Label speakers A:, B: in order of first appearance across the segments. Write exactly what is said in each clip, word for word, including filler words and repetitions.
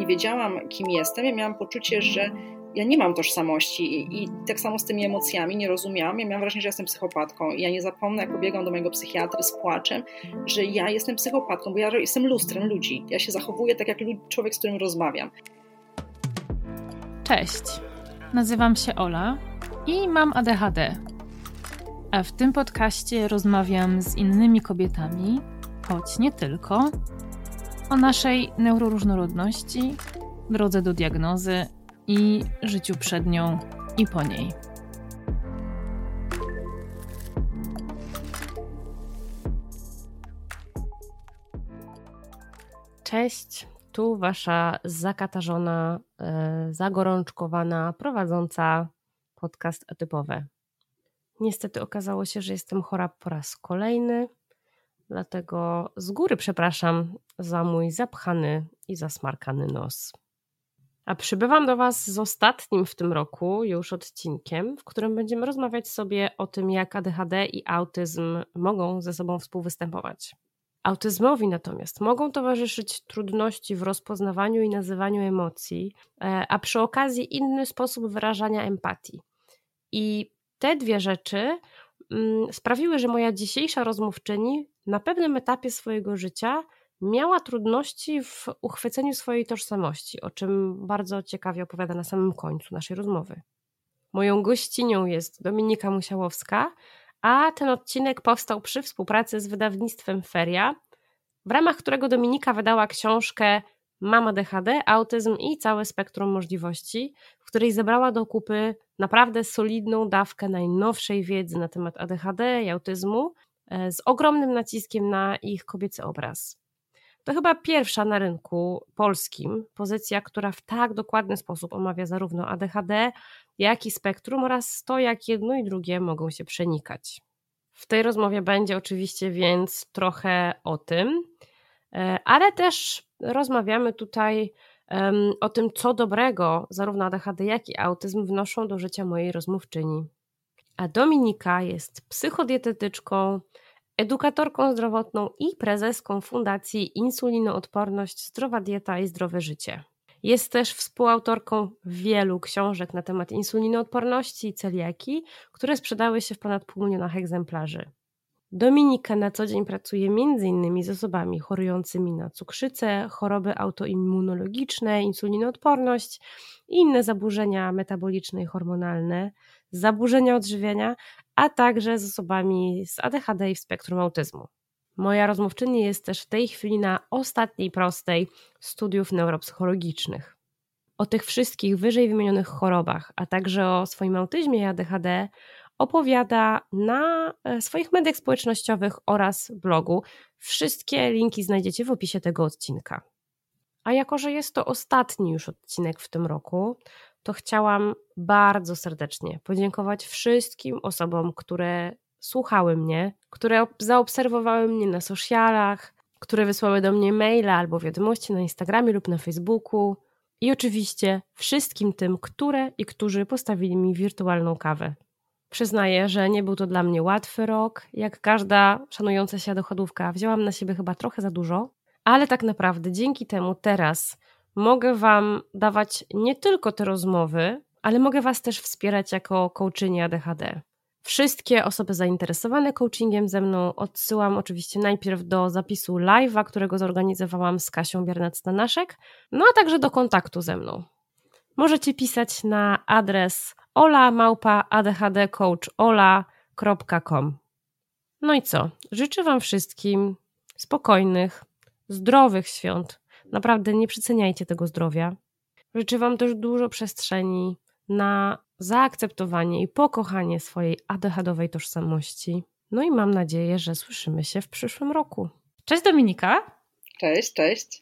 A: nie wiedziałam, kim jestem, ja miałam poczucie, że ja nie mam tożsamości i, i tak samo z tymi emocjami nie rozumiałam. Ja miałam wrażenie, że jestem psychopatką i ja nie zapomnę, jak pobiegłam do mojego psychiatry z płaczem, że ja jestem psychopatką, bo ja jestem lustrem ludzi. Ja się zachowuję tak jak człowiek, z którym rozmawiam.
B: Cześć, nazywam się Ola i mam A D H D. A w tym podcaście rozmawiam z innymi kobietami, choć nie tylko, o naszej neuroróżnorodności, drodze do diagnozy i życiu przed nią i po niej. Cześć, tu wasza zakatarzona, e, zagorączkowana, prowadząca podcast Atypowe. Niestety okazało się, że jestem chora po raz kolejny, dlatego z góry przepraszam za mój zapchany i zasmarkany nos. A przybywam do was z ostatnim w tym roku już odcinkiem, w którym będziemy rozmawiać sobie o tym, jak A D H D i autyzm mogą ze sobą współwystępować. Autyzmowi natomiast mogą towarzyszyć trudności w rozpoznawaniu i nazywaniu emocji, a przy okazji inny sposób wyrażania empatii. I te dwie rzeczy mm, sprawiły, że moja dzisiejsza rozmówczyni na pewnym etapie swojego życia miała trudności w uchwyceniu swojej tożsamości, o czym bardzo ciekawie opowiada na samym końcu naszej rozmowy. Moją gościnią jest Dominika Musiałowska, a ten odcinek powstał przy współpracy z wydawnictwem Feria, w ramach którego Dominika wydała książkę Mam A D H D, autyzm i całe spektrum możliwości, w której zebrała do kupy naprawdę solidną dawkę najnowszej wiedzy na temat A D H D i autyzmu, z ogromnym naciskiem na ich kobiecy obraz. To chyba pierwsza na rynku polskim pozycja, która w tak dokładny sposób omawia zarówno A D H D, jak i spektrum oraz to, jak jedno i drugie mogą się przenikać. W tej rozmowie będzie oczywiście więc trochę o tym, ale też rozmawiamy tutaj um, o tym, co dobrego zarówno A D H D, jak i autyzm wnoszą do życia mojej rozmówczyni. A Dominika jest psychodietetyczką, edukatorką zdrowotną i prezeską Fundacji Insulinoodporność, Zdrowa Dieta i Zdrowe Życie. Jest też współautorką wielu książek na temat insulinoodporności i celiakii, które sprzedały się w ponad pół miliona egzemplarzy. Dominika na co dzień pracuje między innymi z osobami chorującymi na cukrzycę, choroby autoimmunologiczne, insulinoodporność i inne zaburzenia metaboliczne i hormonalne, zaburzenia odżywiania, a także z osobami z A D H D i w spektrum autyzmu. Moja rozmówczyni jest też w tej chwili na ostatniej prostej studiów neuropsychologicznych. O tych wszystkich wyżej wymienionych chorobach, a także o swoim autyzmie i A D H D opowiada na swoich mediach społecznościowych oraz blogu. Wszystkie linki znajdziecie w opisie tego odcinka. A jako że jest to ostatni już odcinek w tym roku, to chciałam bardzo serdecznie podziękować wszystkim osobom, które słuchały mnie, które zaobserwowały mnie na socialach, które wysłały do mnie maile albo wiadomości na Instagramie lub na Facebooku i oczywiście wszystkim tym, które i którzy postawili mi wirtualną kawę. Przyznaję, że nie był to dla mnie łatwy rok. Jak każda szanująca się dochodówka, wzięłam na siebie chyba trochę za dużo, ale tak naprawdę dzięki temu teraz mogę wam dawać nie tylko te rozmowy, ale mogę was też wspierać jako coachini A D H D. Wszystkie osoby zainteresowane coachingiem ze mną odsyłam oczywiście najpierw do zapisu live'a, którego zorganizowałam z Kasią Biernat-Stanaszek, no a także do kontaktu ze mną. Możecie pisać na adres ola małpa a d h d coach ola kropka com. No i co? Życzę wam wszystkim spokojnych, zdrowych świąt. Naprawdę nie przeceniajcie tego zdrowia. Życzę wam też dużo przestrzeni na zaakceptowanie i pokochanie swojej A D H D-owej tożsamości. No i mam nadzieję, że słyszymy się w przyszłym roku. Cześć Dominika.
A: Cześć, cześć.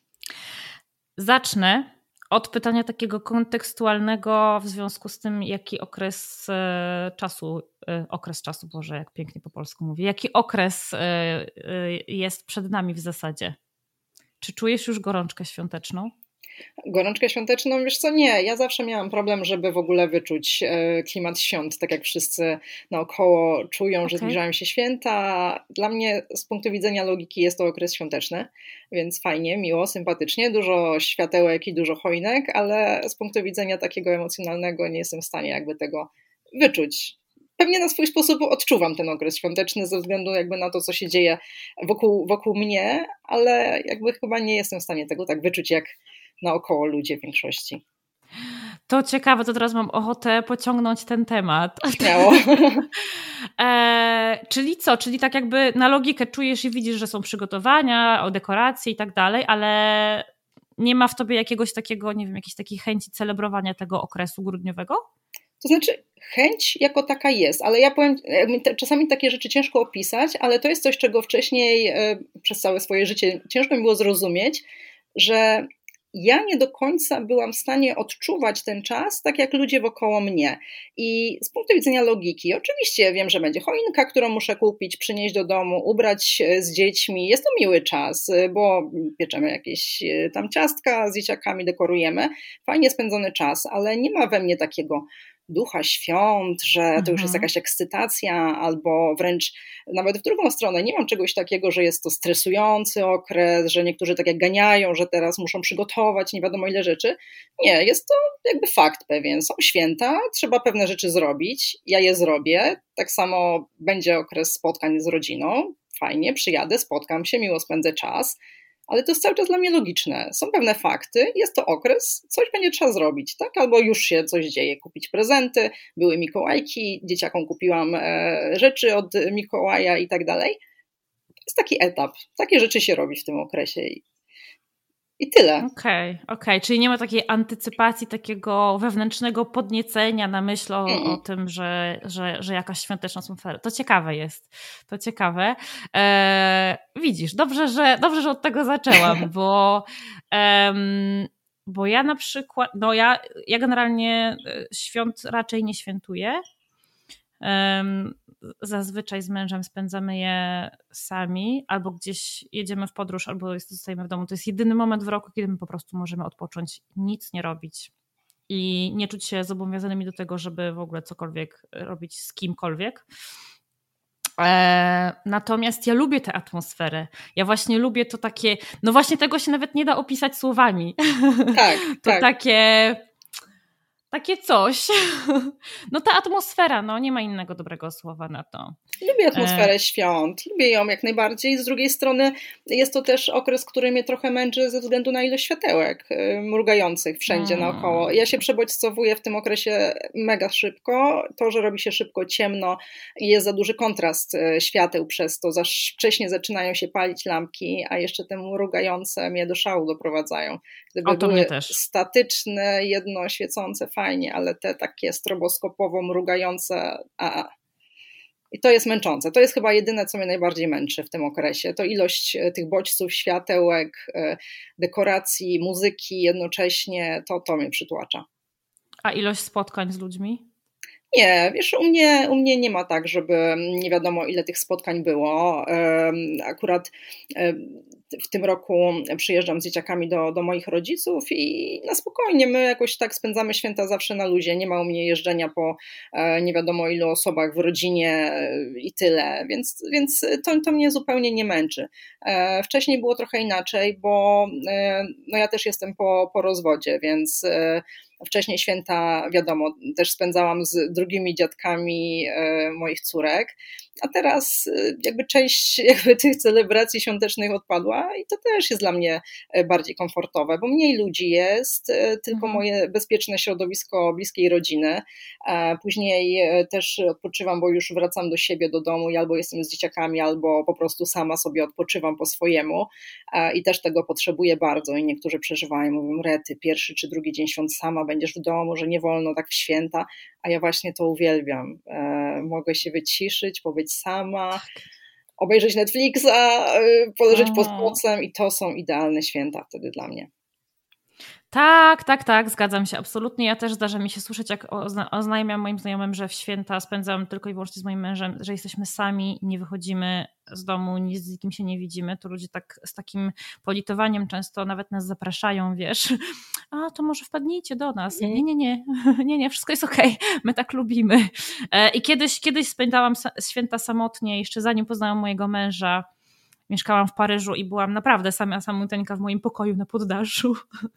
B: Zacznę od pytania takiego kontekstualnego w związku z tym, jaki okres czasu, okres czasu, Boże, jak pięknie po polsku mówię, jaki okres jest przed nami w zasadzie. Czy czujesz już gorączkę świąteczną?
A: Gorączkę świąteczną, wiesz co, nie, ja zawsze miałam problem, żeby w ogóle wyczuć klimat świąt, tak jak wszyscy naokoło czują, okay. że zbliżają się święta. Dla mnie z punktu widzenia logiki jest to okres świąteczny, więc fajnie, miło, sympatycznie, dużo światełek i dużo choinek, ale z punktu widzenia takiego emocjonalnego nie jestem w stanie jakby tego wyczuć. Pewnie na swój sposób odczuwam ten okres świąteczny ze względu jakby na to, co się dzieje wokół, wokół mnie, ale jakby chyba nie jestem w stanie tego tak wyczuć jak naokoło ludzie w większości.
C: To ciekawe, to teraz mam ochotę pociągnąć ten temat.
A: Śmiało.
C: e, czyli co? Czyli tak jakby na logikę czujesz i widzisz, że są przygotowania, o dekoracje i tak dalej, ale nie ma w tobie jakiegoś takiego, nie wiem, jakiejś takiej chęci celebrowania tego okresu grudniowego?
A: To znaczy chęć jako taka jest, ale ja powiem, czasami takie rzeczy ciężko opisać, ale to jest coś, czego wcześniej przez całe swoje życie ciężko mi było zrozumieć, że ja nie do końca byłam w stanie odczuwać ten czas tak jak ludzie wokoło mnie. I z punktu widzenia logiki, oczywiście wiem, że będzie choinka, którą muszę kupić, przynieść do domu, ubrać z dziećmi. Jest to miły czas, bo pieczemy jakieś tam ciastka z dzieciakami, dekorujemy. Fajnie spędzony czas, ale nie ma we mnie takiego ducha świąt, że to już jest jakaś ekscytacja, albo wręcz nawet w drugą stronę. Nie mam czegoś takiego, że jest to stresujący okres, że niektórzy tak jak ganiają, że teraz muszą przygotować nie wiadomo ile rzeczy. Nie, jest to jakby fakt pewien. Są święta, trzeba pewne rzeczy zrobić, ja je zrobię. Tak samo będzie okres spotkań z rodziną. Fajnie, przyjadę, spotkam się, miło spędzę czas. Ale to jest cały czas dla mnie logiczne. Są pewne fakty, jest to okres, coś będzie trzeba zrobić, tak? Albo już się coś dzieje, kupić prezenty, były Mikołajki, dzieciakom kupiłam rzeczy od Mikołaja i tak dalej. To jest taki etap, takie rzeczy się robi w tym okresie i, i tyle.
C: Okej, okay, okej, okay. Czyli nie ma takiej antycypacji, takiego wewnętrznego podniecenia na myśl o, mm. o tym, że, że, że jakaś świąteczna atmosfera. To ciekawe jest, to ciekawe. Eee, widzisz, dobrze że, dobrze, że od tego zaczęłam, bo, em, bo ja na przykład, no ja, ja generalnie świąt raczej nie świętuję. Um, zazwyczaj z mężem spędzamy je sami, albo gdzieś jedziemy w podróż, albo zostajemy w domu. To jest jedyny moment w roku, kiedy my po prostu możemy odpocząć, nic nie robić i nie czuć się zobowiązanymi do tego, żeby w ogóle cokolwiek robić z kimkolwiek. E, natomiast ja lubię tę atmosferę. Ja właśnie lubię to takie, no właśnie tego się nawet nie da opisać słowami.
A: Tak,
C: to
A: tak.
C: takie... Takie coś. No ta atmosfera, no nie ma innego dobrego słowa na to.
A: Lubię atmosferę e... świąt, lubię ją jak najbardziej. Z drugiej strony jest to też okres, który mnie trochę męczy ze względu na ilość światełek mrugających wszędzie hmm. naokoło. Ja się przebodźcowuję w tym okresie mega szybko. To, że robi się szybko ciemno i jest za duży kontrast świateł przez to. Za wcześnie zaczynają się palić lampki, a jeszcze te mrugające mnie do szału doprowadzają. Gdyby
C: o, to
A: były
C: mnie też.
A: statyczne, jedno świecące, fajnie, ale te takie stroboskopowo mrugające, a i to jest męczące. To jest chyba jedyne, co mnie najbardziej męczy w tym okresie. To ilość tych bodźców, światełek, dekoracji, muzyki jednocześnie, to, to mnie przytłacza.
C: A ilość spotkań z ludźmi?
A: Nie, wiesz, u mnie, u mnie nie ma tak, żeby nie wiadomo ile tych spotkań było. Akurat w tym roku przyjeżdżam z dzieciakami do, do moich rodziców i na spokojnie, my jakoś tak spędzamy święta zawsze na luzie, nie ma u mnie jeżdżenia po nie wiadomo ilu osobach w rodzinie i tyle, więc, więc to, to mnie zupełnie nie męczy. Wcześniej było trochę inaczej, bo no ja też jestem po, po rozwodzie, więc wcześniej święta, wiadomo, też spędzałam z drugimi dziadkami moich córek, a teraz jakby część jakby tych celebracji świątecznych odpadła i to też jest dla mnie bardziej komfortowe, bo mniej ludzi jest, tylko moje bezpieczne środowisko bliskiej rodziny. Później też odpoczywam, bo już wracam do siebie, do domu i albo jestem z dzieciakami, albo po prostu sama sobie odpoczywam po swojemu i też tego potrzebuję bardzo i niektórzy przeżywają, mówią rety, pierwszy czy drugi dzień świąt sama będziesz w domu, że nie wolno tak w święta, a ja właśnie to uwielbiam. Mogę się wyciszyć, pobyć sama, obejrzeć Netflixa, poleżeć pod płocem i to są idealne święta wtedy dla mnie.
C: Tak, tak, tak, zgadzam się absolutnie. Ja też zdarza mi się słyszeć, jak ozna- oznajmiam moim znajomym, że w święta spędzam tylko i wyłącznie z moim mężem, że jesteśmy sami, nie wychodzimy z domu, nic z nikim się nie widzimy, to ludzie tak z takim politowaniem często nawet nas zapraszają, wiesz, a to może wpadnijcie do nas.
A: Mhm.
C: Nie, nie, nie, nie, nie, wszystko jest okej, my tak lubimy. E, I kiedyś, kiedyś spędzałam sa- święta samotnie, jeszcze zanim poznałam mojego męża. Mieszkałam w Paryżu i byłam naprawdę sama samoteńka w moim pokoju na poddaszu.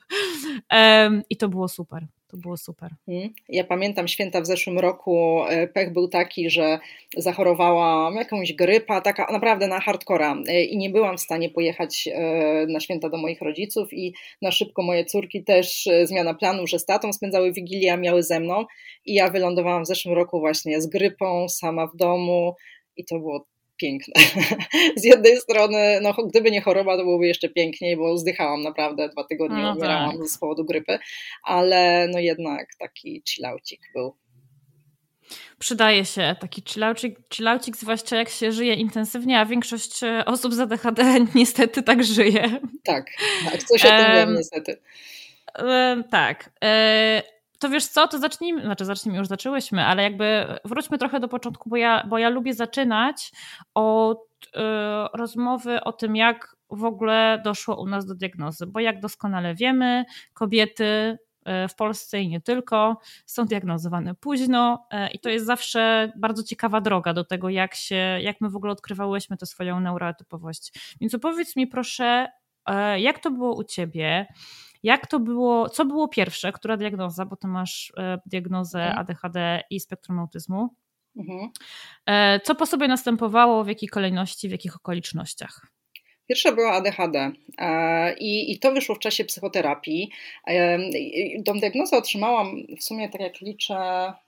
C: um, I to było super. To było super.
A: Ja pamiętam święta w zeszłym roku. Pech był taki, że zachorowałam jakąś grypa, taka naprawdę na hardcora i nie byłam w stanie pojechać na święta do moich rodziców i na szybko moje córki też, zmiana planu, że z tatą spędzały Wigilię, a miały ze mną i ja wylądowałam w zeszłym roku właśnie z grypą, sama w domu i to było piękne. Z jednej strony, no gdyby nie choroba, to byłoby jeszcze piękniej, bo zdychałam naprawdę, dwa tygodnie
C: No
A: umierałam
C: tak.
A: z powodu grypy, ale no jednak taki chillaucik był.
C: Przydaje się taki chillaucik, chillaucik, zwłaszcza jak się żyje intensywnie, a większość osób z A D H D niestety tak żyje.
A: Tak, tak, coś o tym wiem niestety.
C: Um, tak. E, to wiesz co, to zacznijmy, znaczy zacznijmy, już zaczęłyśmy, ale jakby wróćmy trochę do początku, bo ja, bo ja lubię zaczynać od e, rozmowy o tym, jak w ogóle doszło u nas do diagnozy, bo jak doskonale wiemy, kobiety w Polsce i nie tylko są diagnozowane późno i to jest zawsze bardzo ciekawa droga do tego, jak się, jak my w ogóle odkrywałyśmy tę swoją neurotypowość. Więc opowiedz mi proszę, jak to było u ciebie? Jak to było, co było pierwsze, która diagnoza, bo ty masz diagnozę mhm. A D H D i spektrum autyzmu. Mhm. Co po sobie następowało, w jakiej kolejności, w jakich okolicznościach?
A: Pierwsza była A D H D i, i to wyszło w czasie psychoterapii. Tą diagnozę otrzymałam w sumie, tak jak liczę,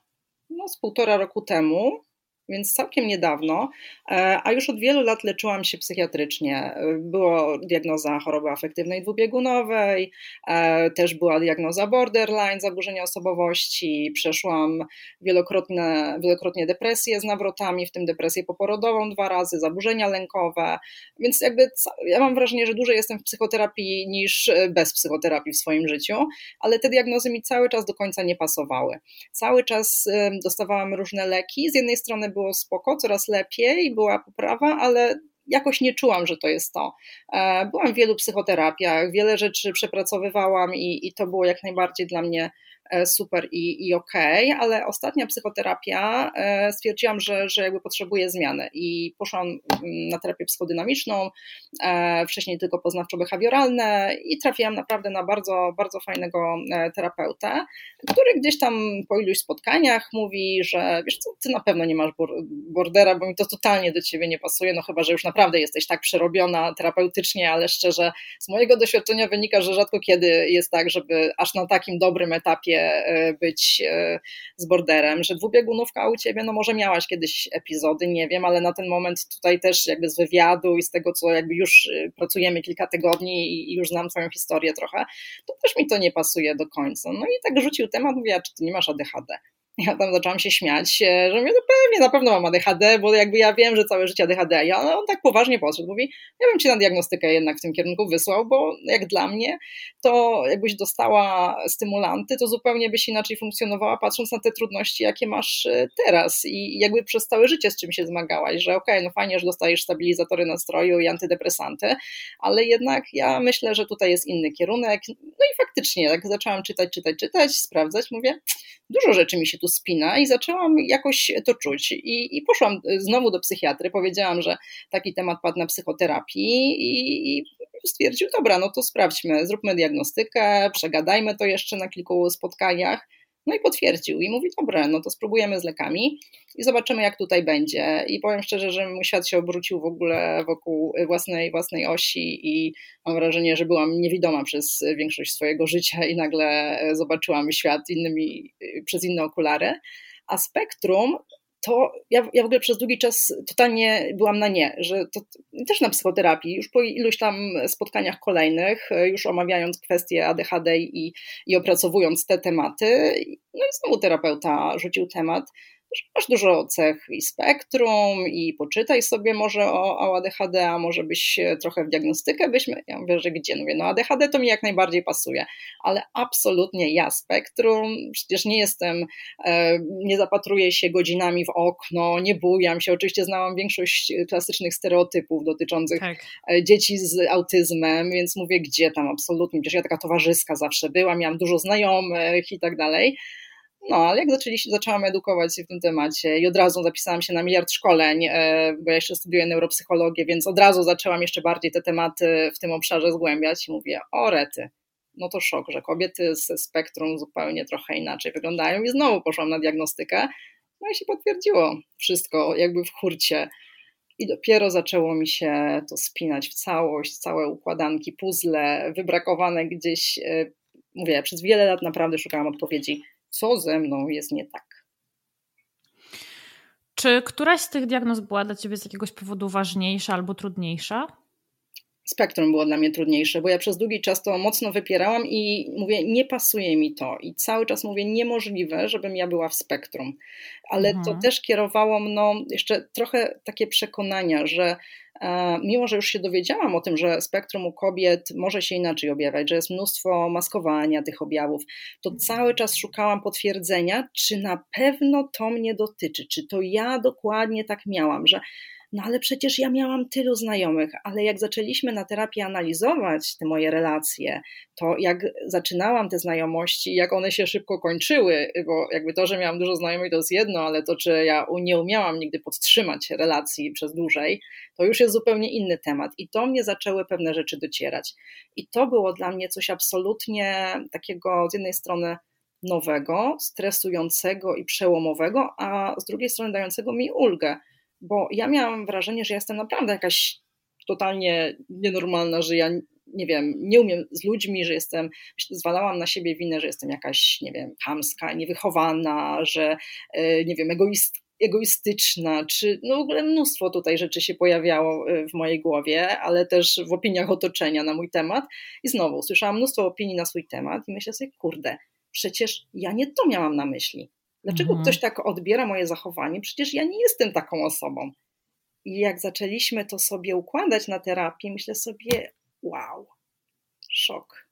A: no z półtora roku temu, więc całkiem niedawno, a już od wielu lat leczyłam się psychiatrycznie. Była diagnoza choroby afektywnej dwubiegunowej, też była diagnoza borderline, zaburzenia osobowości, przeszłam wielokrotnie, wielokrotnie depresję z nawrotami, w tym depresję poporodową dwa razy, zaburzenia lękowe, więc jakby ja mam wrażenie, że dłużej jestem w psychoterapii niż bez psychoterapii w swoim życiu, ale te diagnozy mi cały czas do końca nie pasowały. Cały czas dostawałam różne leki, z jednej strony było spoko, coraz lepiej, była poprawa, ale jakoś nie czułam, że to jest to. Byłam w wielu psychoterapiach, wiele rzeczy przepracowywałam i, i to było jak najbardziej dla mnie super i, i okej, okay, ale ostatnia psychoterapia stwierdziłam, że, że jakby potrzebuję zmiany i poszłam na terapię psychodynamiczną, wcześniej tylko poznawczo-behawioralne i trafiłam naprawdę na bardzo, bardzo fajnego terapeutę, który gdzieś tam po iluś spotkaniach mówi, że wiesz co, ty na pewno nie masz bordera, bo mi to totalnie do ciebie nie pasuje, no chyba, że już naprawdę jesteś tak przerobiona terapeutycznie, ale szczerze z mojego doświadczenia wynika, że rzadko kiedy jest tak, żeby aż na takim dobrym etapie być z borderem, że dwubiegunówka u ciebie, no może miałaś kiedyś epizody, nie wiem, ale na ten moment tutaj też jakby z wywiadu i z tego, co jakby już pracujemy kilka tygodni i już znam twoją historię trochę, to też mi to nie pasuje do końca. No i tak rzucił temat, mówię, a czy ty nie masz A D H D? Ja tam zaczęłam się śmiać, że mówię, no pewnie, na pewno mam A D H D, bo jakby ja wiem, że całe życie A D H D, ja, on tak poważnie podszedł, mówi, ja bym cię na diagnostykę jednak w tym kierunku wysłał, bo jak dla mnie, to jakbyś dostała stymulanty, to zupełnie byś inaczej funkcjonowała, patrząc na te trudności, jakie masz teraz i jakby przez całe życie z czym się zmagałaś, że okej, okay, no fajnie, że dostajesz stabilizatory nastroju i antydepresanty, ale jednak ja myślę, że tutaj jest inny kierunek, no i faktycznie, jak zaczęłam czytać, czytać, czytać, sprawdzać, mówię, dużo rzeczy mi się tu spina i zaczęłam jakoś to czuć i, i poszłam znowu do psychiatry, powiedziałam, że taki temat padł na psychoterapii i, i stwierdził, dobra, no to sprawdźmy, zróbmy diagnostykę, przegadajmy to jeszcze na kilku spotkaniach, no i potwierdził i mówi, dobra, no to spróbujemy z lekami i zobaczymy, jak tutaj będzie i powiem szczerze, że mój świat się obrócił w ogóle wokół własnej, własnej osi i mam wrażenie, że byłam niewidoma przez większość swojego życia i nagle zobaczyłam świat innymi, przez inne okulary, a spektrum to ja, ja w ogóle przez długi czas totalnie byłam na nie, że to też na psychoterapii, już po iluś tam spotkaniach kolejnych, już omawiając kwestie A D H D i, i opracowując te tematy, no i znowu terapeuta rzucił temat, że masz dużo cech i spektrum i poczytaj sobie może o, o A D H D, a może byś trochę w diagnostykę byśmy, ja mówię, że gdzie? Mówię, no A D H D to mi jak najbardziej pasuje, ale absolutnie ja spektrum, przecież nie jestem, nie zapatruję się godzinami w okno, nie bujam się, oczywiście znałam większość klasycznych stereotypów dotyczących tak. dzieci z autyzmem, więc mówię, gdzie tam absolutnie, przecież ja taka towarzyska zawsze byłam, miałam dużo znajomych i tak dalej. No, ale jak zaczęli, zaczęłam edukować się w tym temacie i od razu zapisałam się na miliard szkoleń, bo ja jeszcze studiuję neuropsychologię, więc od razu zaczęłam jeszcze bardziej te tematy w tym obszarze zgłębiać i mówię, o rety, no to szok, że kobiety ze spektrum zupełnie trochę inaczej wyglądają i znowu poszłam na diagnostykę, no i się potwierdziło wszystko jakby w hurcie. I dopiero zaczęło mi się to spinać w całość, całe układanki, puzzle, wybrakowane gdzieś, mówię, przez wiele lat naprawdę szukałam odpowiedzi, co ze mną jest nie tak.
C: Czy któraś z tych diagnoz była dla Ciebie z jakiegoś powodu ważniejsza albo trudniejsza?
A: Spektrum było dla mnie trudniejsze, bo ja przez długi czas to mocno wypierałam i mówię, nie pasuje mi to i cały czas mówię, niemożliwe, żebym ja była w spektrum, ale mhm. to też kierowało mną jeszcze trochę takie przekonania, że e, mimo, że już się dowiedziałam o tym, że spektrum u kobiet może się inaczej objawiać, że jest mnóstwo maskowania tych objawów, to cały czas szukałam potwierdzenia, czy na pewno to mnie dotyczy, czy to ja dokładnie tak miałam, że no ale przecież ja miałam tylu znajomych, ale jak zaczęliśmy na terapii analizować te moje relacje, to jak zaczynałam te znajomości, jak one się szybko kończyły, bo jakby to, że miałam dużo znajomych to jest jedno, ale to, czy ja nie umiałam nigdy podtrzymać relacji przez dłużej, to już jest zupełnie inny temat i to mnie zaczęły pewne rzeczy docierać. I to było dla mnie coś absolutnie takiego z jednej strony nowego, stresującego i przełomowego, a z drugiej strony dającego mi ulgę. Bo ja miałam wrażenie, że jestem naprawdę jakaś totalnie nienormalna, że ja nie wiem, nie umiem z ludźmi, że jestem, zwalałam na siebie winę, że jestem jakaś, nie wiem, chamska, niewychowana, że nie wiem, egoist, egoistyczna, czy no w ogóle mnóstwo tutaj rzeczy się pojawiało w mojej głowie, ale też w opiniach otoczenia na mój temat i znowu słyszałam mnóstwo opinii na swój temat i myślę sobie, kurde, przecież ja nie to miałam na myśli. Dlaczego mhm. ktoś tak odbiera moje zachowanie? Przecież ja nie jestem taką osobą. I jak zaczęliśmy to sobie układać na terapii, myślę sobie, wow, szok.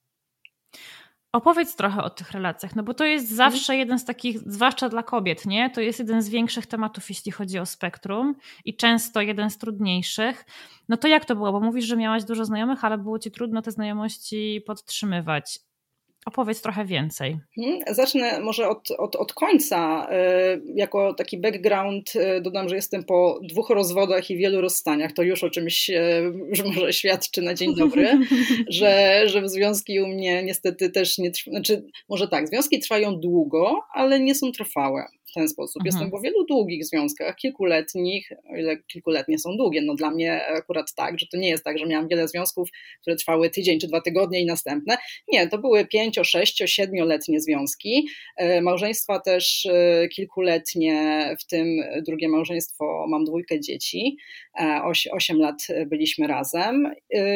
C: Opowiedz trochę o tych relacjach, no bo to jest zawsze mhm. jeden z takich, zwłaszcza dla kobiet, nie? To jest jeden z większych tematów, jeśli chodzi o spektrum i często jeden z trudniejszych. No to jak to było? Bo mówisz, że miałaś dużo znajomych, ale było ci trudno te znajomości podtrzymywać. Opowiedz trochę więcej.
A: Zacznę może od, od, od końca. Jako taki background dodam, że jestem po dwóch rozwodach i wielu rozstaniach. To już o czymś że może świadczy na dzień dobry, że, że związki u mnie niestety też nie trwają. Znaczy, może tak, związki trwają długo, ale nie są trwałe. W ten sposób. Mhm. Jestem po wielu długich związkach, kilkuletnich, o ile kilkuletnie są długie. No dla mnie akurat tak, że to nie jest tak, że miałam wiele związków, które trwały tydzień czy dwa tygodnie i następne. Nie, to były pięcio, sześcio, siedmioletnie związki. Małżeństwa też kilkuletnie, w tym drugie małżeństwo, mam dwójkę dzieci, osiem lat byliśmy razem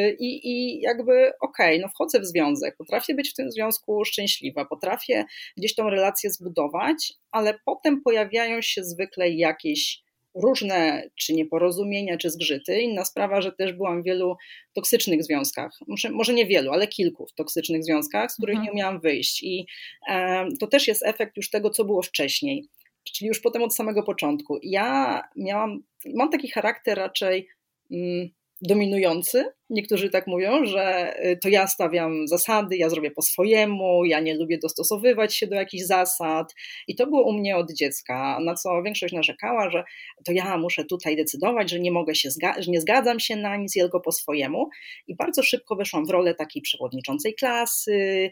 A: i, i jakby okej, okay, no wchodzę w związek, potrafię być w tym związku szczęśliwa, potrafię gdzieś tą relację zbudować, ale potem pojawiają się zwykle jakieś różne czy nieporozumienia, czy zgrzyty. Inna sprawa, że też byłam w wielu toksycznych związkach, może, może nie wielu, ale kilku toksycznych związkach, z których mhm. nie umiałam wyjść i e, to też jest efekt już tego, co było wcześniej, czyli już potem od samego początku. Ja miałam, mam taki charakter raczej mm, dominujący. Niektórzy tak mówią, że to ja stawiam zasady, ja zrobię po swojemu, ja nie lubię dostosowywać się do jakichś zasad i to było u mnie od dziecka, na co większość narzekała, że to ja muszę tutaj decydować, że nie mogę się, zga- że nie zgadzam się na nic, tylko po swojemu i bardzo szybko weszłam w rolę takiej przewodniczącej klasy,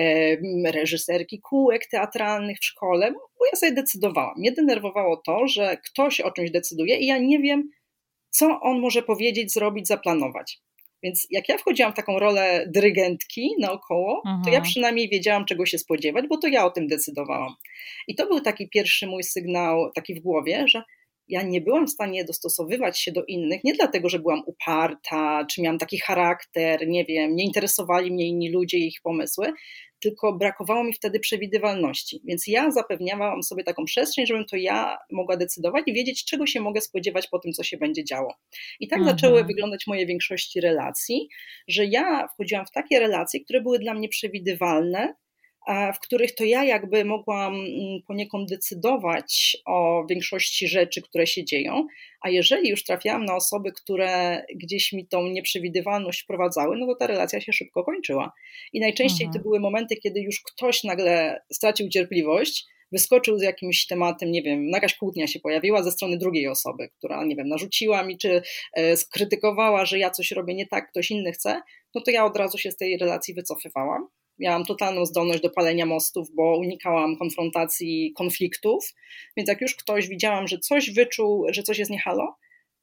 A: e, reżyserki kółek teatralnych w szkole, bo ja sobie decydowałam. Mnie denerwowało to, że ktoś o czymś decyduje i ja nie wiem, co on może powiedzieć, zrobić, zaplanować. Więc jak ja wchodziłam w taką rolę dyrygentki naokoło, mhm. to ja przynajmniej wiedziałam, czego się spodziewać, bo to ja o tym decydowałam. I to był taki pierwszy mój sygnał, taki w głowie, że ja nie byłam w stanie dostosowywać się do innych, nie dlatego, że byłam uparta, czy miałam taki charakter, nie wiem, nie interesowali mnie inni ludzie i ich pomysły, tylko brakowało mi wtedy przewidywalności. Więc ja zapewniałam sobie taką przestrzeń, żebym to ja mogła decydować i wiedzieć, czego się mogę spodziewać po tym, co się będzie działo. I tak mhm. zaczęły wyglądać moje większości relacji, że ja wchodziłam w takie relacje, które były dla mnie przewidywalne, w których to ja jakby mogłam poniekąd decydować o większości rzeczy, które się dzieją, a jeżeli już trafiałam na osoby, które gdzieś mi tą nieprzewidywalność wprowadzały, no to ta relacja się szybko kończyła. I najczęściej mhm. to były momenty, kiedy już ktoś nagle stracił cierpliwość, wyskoczył z jakimś tematem, nie wiem, jakaś kłótnia się pojawiła ze strony drugiej osoby, która, nie wiem, narzuciła mi, czy skrytykowała, że ja coś robię nie tak, ktoś inny chce, no to ja od razu się z tej relacji wycofywałam. Miałam totalną zdolność do palenia mostów, bo unikałam konfrontacji, konfliktów, więc jak już ktoś widziałam, że coś wyczuł, że coś jest nie halo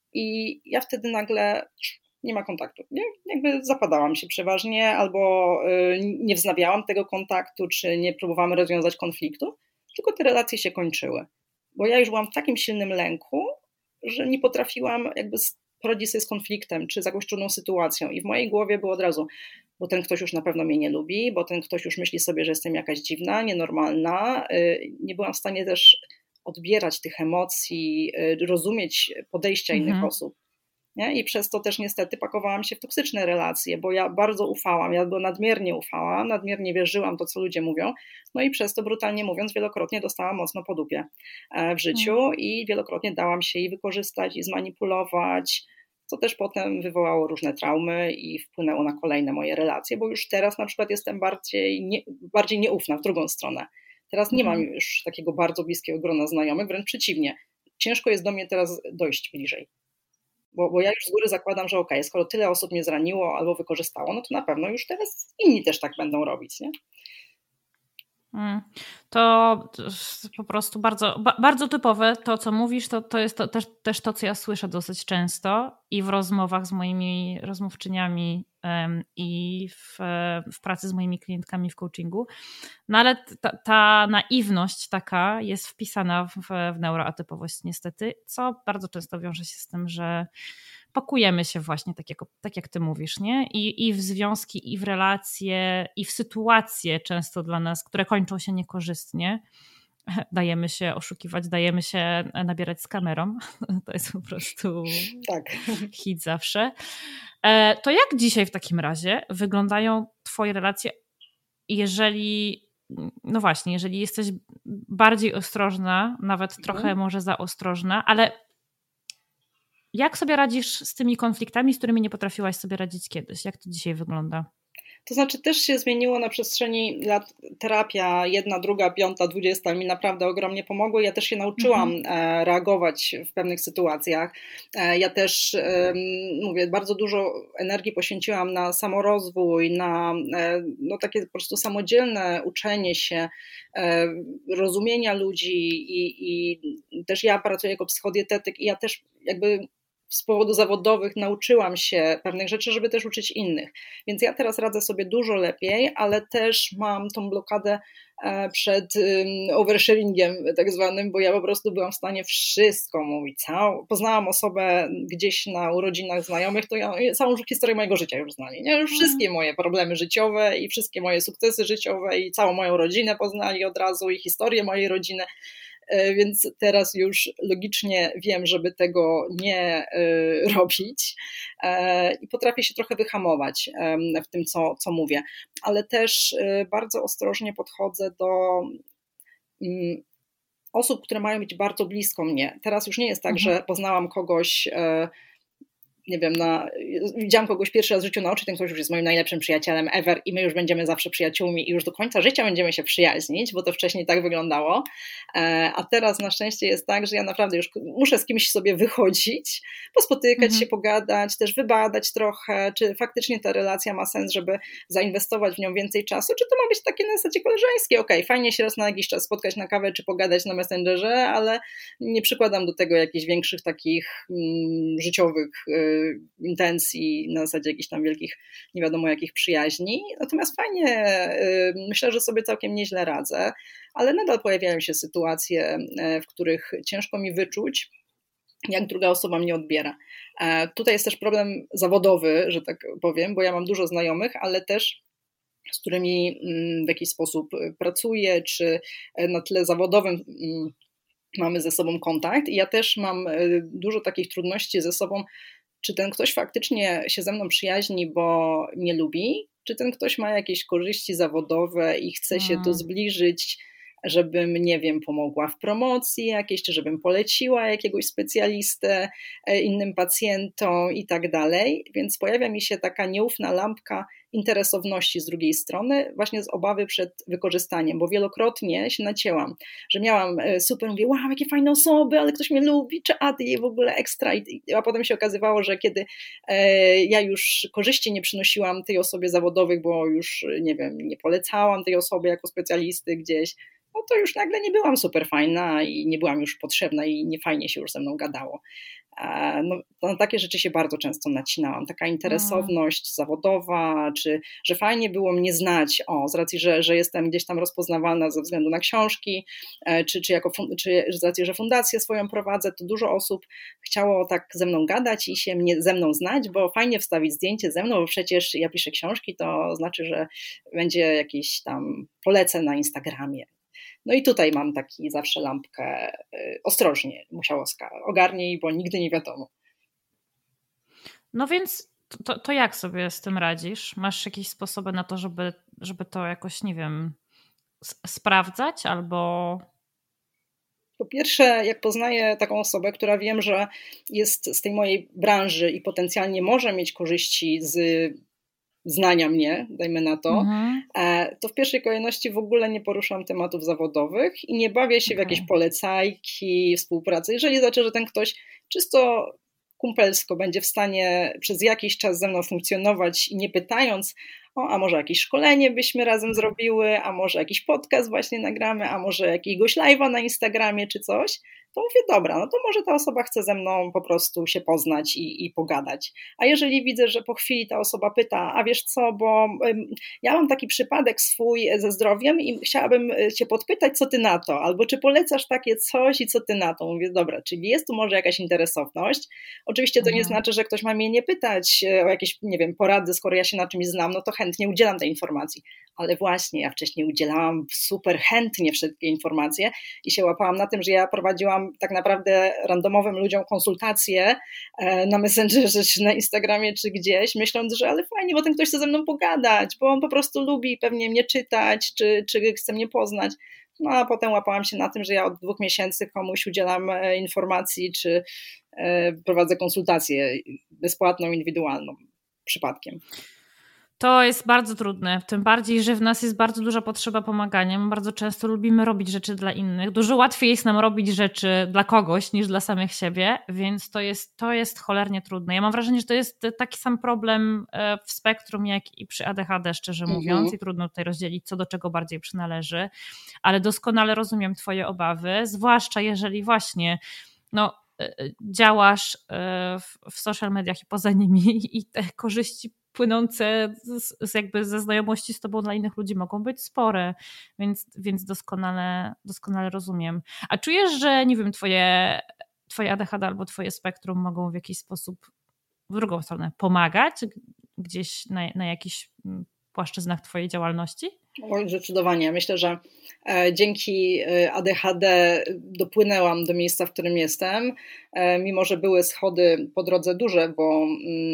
A: i ja wtedy nagle nie ma kontaktu. Nie? Jakby zapadałam się przeważnie albo nie wznawiałam tego kontaktu, czy nie próbowałam rozwiązać konfliktu, tylko te relacje się kończyły. Bo ja już byłam w takim silnym lęku, że nie potrafiłam jakby poradzić sobie z konfliktem, czy z jakąś trudną sytuacją i w mojej głowie było od razu, bo ten ktoś już na pewno mnie nie lubi, bo ten ktoś już myśli sobie, że jestem jakaś dziwna, nienormalna. Nie byłam w stanie też odbierać tych emocji, rozumieć podejścia mhm. innych osób. Nie? I przez to też niestety pakowałam się w toksyczne relacje, bo ja bardzo ufałam, ja nadmiernie ufałam, nadmiernie wierzyłam to, co ludzie mówią, no i przez to brutalnie mówiąc wielokrotnie dostałam mocno po dupie w życiu mhm. i wielokrotnie dałam się i wykorzystać, i zmanipulować, co też potem wywołało różne traumy i wpłynęło na kolejne moje relacje, bo już teraz na przykład jestem bardziej, nie, bardziej nieufna w drugą stronę. Teraz nie mam już takiego bardzo bliskiego grona znajomych, wręcz przeciwnie. Ciężko jest do mnie teraz dojść bliżej. Bo, bo ja już z góry zakładam, że okej, okay, skoro tyle osób mnie zraniło albo wykorzystało, no to na pewno już teraz inni też tak będą robić, nie?
C: To po prostu bardzo, bardzo typowe to, co mówisz, to, to jest to, też, też to, co ja słyszę dosyć często i w rozmowach z moimi rozmówczyniami um, i w, w pracy z moimi klientkami w coachingu. No ale ta, ta naiwność taka jest wpisana w, w neuroatypowość niestety, co bardzo często wiąże się z tym, że pakujemy się właśnie tak jak, tak jak ty mówisz, nie? I, i w związki, i w relacje, i w sytuacje często dla nas, które kończą się niekorzystnie. Dajemy się oszukiwać, dajemy się nabierać z kamerą. To jest po prostu
A: tak.
C: hit zawsze. To jak dzisiaj w takim razie wyglądają twoje relacje, jeżeli, no właśnie, jeżeli jesteś bardziej ostrożna, nawet trochę mhm. może za ostrożna, ale jak sobie radzisz z tymi konfliktami, z którymi nie potrafiłaś sobie radzić kiedyś? Jak to dzisiaj wygląda?
A: To znaczy też się zmieniło na przestrzeni lat. Terapia jedna, druga, piąta, dwudziesta mi naprawdę ogromnie pomogły. Ja też się nauczyłam mhm. reagować w pewnych sytuacjach. Ja też, mówię, bardzo dużo energii poświęciłam na samorozwój, na no, takie po prostu samodzielne uczenie się, rozumienia ludzi i, i też ja pracuję jako psychodietetyk i ja też jakby z powodów zawodowych nauczyłam się pewnych rzeczy, żeby też uczyć innych. Więc ja teraz radzę sobie dużo lepiej, ale też mam tą blokadę przed oversharingiem tak zwanym, bo ja po prostu byłam w stanie wszystko mówić. Całą, poznałam osobę gdzieś na urodzinach znajomych, to ja całą historię mojego życia już znali. Nie? Już wszystkie moje problemy życiowe i wszystkie moje sukcesy życiowe i całą moją rodzinę poznali od razu i historię mojej rodziny. Więc teraz już logicznie wiem, żeby tego nie robić i potrafię się trochę wyhamować w tym, co, co mówię, ale też bardzo ostrożnie podchodzę do osób, które mają być bardzo blisko mnie. Teraz już nie jest tak, mhm. że poznałam kogoś, nie wiem, na, widziałam kogoś pierwszy raz w życiu na oczy, ten ktoś już jest moim najlepszym przyjacielem ever i my już będziemy zawsze przyjaciółmi i już do końca życia będziemy się przyjaźnić, bo to wcześniej tak wyglądało, a teraz na szczęście jest tak, że ja naprawdę już muszę z kimś sobie wychodzić, pospotykać mhm. się, pogadać, też wybadać trochę, czy faktycznie ta relacja ma sens, żeby zainwestować w nią więcej czasu, czy to ma być takie na zasadzie koleżeńskie, okej, okay, fajnie się raz na jakiś czas spotkać na kawę, czy pogadać na Messengerze, ale nie przykładam do tego jakichś większych takich mm, życiowych intencji, na zasadzie jakichś tam wielkich, nie wiadomo jakich przyjaźni. Natomiast fajnie, myślę, że sobie całkiem nieźle radzę, ale nadal pojawiają się sytuacje, w których ciężko mi wyczuć, jak druga osoba mnie odbiera. Tutaj jest też problem zawodowy, że tak powiem, bo ja mam dużo znajomych, ale też z którymi w jakiś sposób pracuję, czy na tle zawodowym mamy ze sobą kontakt i ja też mam dużo takich trudności ze sobą, czy ten ktoś faktycznie się ze mną przyjaźni, bo mnie lubi, czy ten ktoś ma jakieś korzyści zawodowe i chce się
C: Mm.
A: tu zbliżyć, żebym, nie wiem, pomogła w promocji jakiejś, czy żebym poleciła jakiegoś specjalistę innym pacjentom i tak dalej, więc pojawia mi się taka nieufna lampka interesowności z drugiej strony, właśnie z obawy przed wykorzystaniem, bo wielokrotnie się nacięłam, że miałam super, mówię, wow, jakie fajne osoby, ale ktoś mnie lubi, czy a ty jej w ogóle ekstra, a potem się okazywało, że kiedy ja już korzyści nie przynosiłam tej osobie zawodowych, bo już, nie wiem, nie polecałam tej osoby jako specjalisty gdzieś, no to już nagle nie byłam super fajna i nie byłam już potrzebna i nie fajnie się już ze mną gadało. No, na takie rzeczy się bardzo często nacinałam. Taka interesowność mm. zawodowa, czy że fajnie było mnie znać, o, z racji, że, że jestem gdzieś tam rozpoznawana ze względu na książki, czy, czy, jako, czy z racji, że fundację swoją prowadzę, to dużo osób chciało tak ze mną gadać i się mnie, ze mną znać, bo fajnie wstawić zdjęcie ze mną, bo przecież ja piszę książki, to znaczy, że będzie jakieś tam polecę na Instagramie. No i tutaj mam taki zawsze lampkę, ostrożnie, Musiałowska, ogarnij, bo nigdy nie wiadomo.
C: No więc to, to jak sobie z tym radzisz? Masz jakieś sposoby na to, żeby, żeby to jakoś, nie wiem, sprawdzać albo...
A: Po pierwsze, jak poznaję taką osobę, która wiem, że jest z tej mojej branży i potencjalnie może mieć korzyści z znania mnie, dajmy na to, mhm. to w pierwszej kolejności w ogóle nie poruszam tematów zawodowych i nie bawię się okay. w jakieś polecajki, współpracy. Jeżeli zobaczę, że ten ktoś czysto kumpelsko będzie w stanie przez jakiś czas ze mną funkcjonować i nie pytając, o, a może jakieś szkolenie byśmy razem zrobiły, a może jakiś podcast właśnie nagramy, a może jakiegoś live'a na Instagramie czy coś, to mówię, dobra, no to może ta osoba chce ze mną po prostu się poznać i, i pogadać. A jeżeli widzę, że po chwili ta osoba pyta, a wiesz co, bo ym, ja mam taki przypadek swój ze zdrowiem i chciałabym cię podpytać, co ty na to, albo czy polecasz takie coś i co ty na to. Mówię, dobra, czyli jest tu może jakaś interesowność. Oczywiście to mhm. nie znaczy, że ktoś ma mnie nie pytać o jakieś, nie wiem, porady, skoro ja się na czymś znam, no to chętnie udzielam tej informacji. Ale właśnie, ja wcześniej udzielałam super chętnie wszystkie informacje i się łapałam na tym, że ja prowadziłam tak naprawdę randomowym ludziom konsultacje na Messengerze, czy na Instagramie, czy gdzieś, myśląc, że ale fajnie, bo ten ktoś chce ze mną pogadać, bo on po prostu lubi pewnie mnie czytać, czy, czy chce mnie poznać. No a potem łapałam się na tym, że ja od dwóch miesięcy komuś udzielam informacji, czy prowadzę konsultację bezpłatną, indywidualną, przypadkiem.
C: To jest bardzo trudne, tym bardziej, że w nas jest bardzo duża potrzeba pomagania. My bardzo często lubimy robić rzeczy dla innych. Dużo łatwiej jest nam robić rzeczy dla kogoś niż dla samych siebie, więc to jest, to jest cholernie trudne. Ja mam wrażenie, że to jest taki sam problem w spektrum jak i przy A D H D, szczerze mówiąc, mhm. i trudno tutaj rozdzielić, co do czego bardziej przynależy, ale doskonale rozumiem twoje obawy, zwłaszcza jeżeli właśnie no, działasz w, w social mediach i poza nimi i te korzyści płynące z, z jakby ze znajomości z tobą dla innych ludzi mogą być spore, więc, więc doskonale, doskonale rozumiem. A czujesz, że nie wiem, twoje, twoje A D H D albo twoje spektrum mogą w jakiś sposób w drugą stronę pomagać gdzieś na, na jakichś płaszczyznach twojej działalności?
A: O, zdecydowanie. Myślę, że dzięki A D H D dopłynęłam do miejsca, w którym jestem, mimo że były schody po drodze duże, bo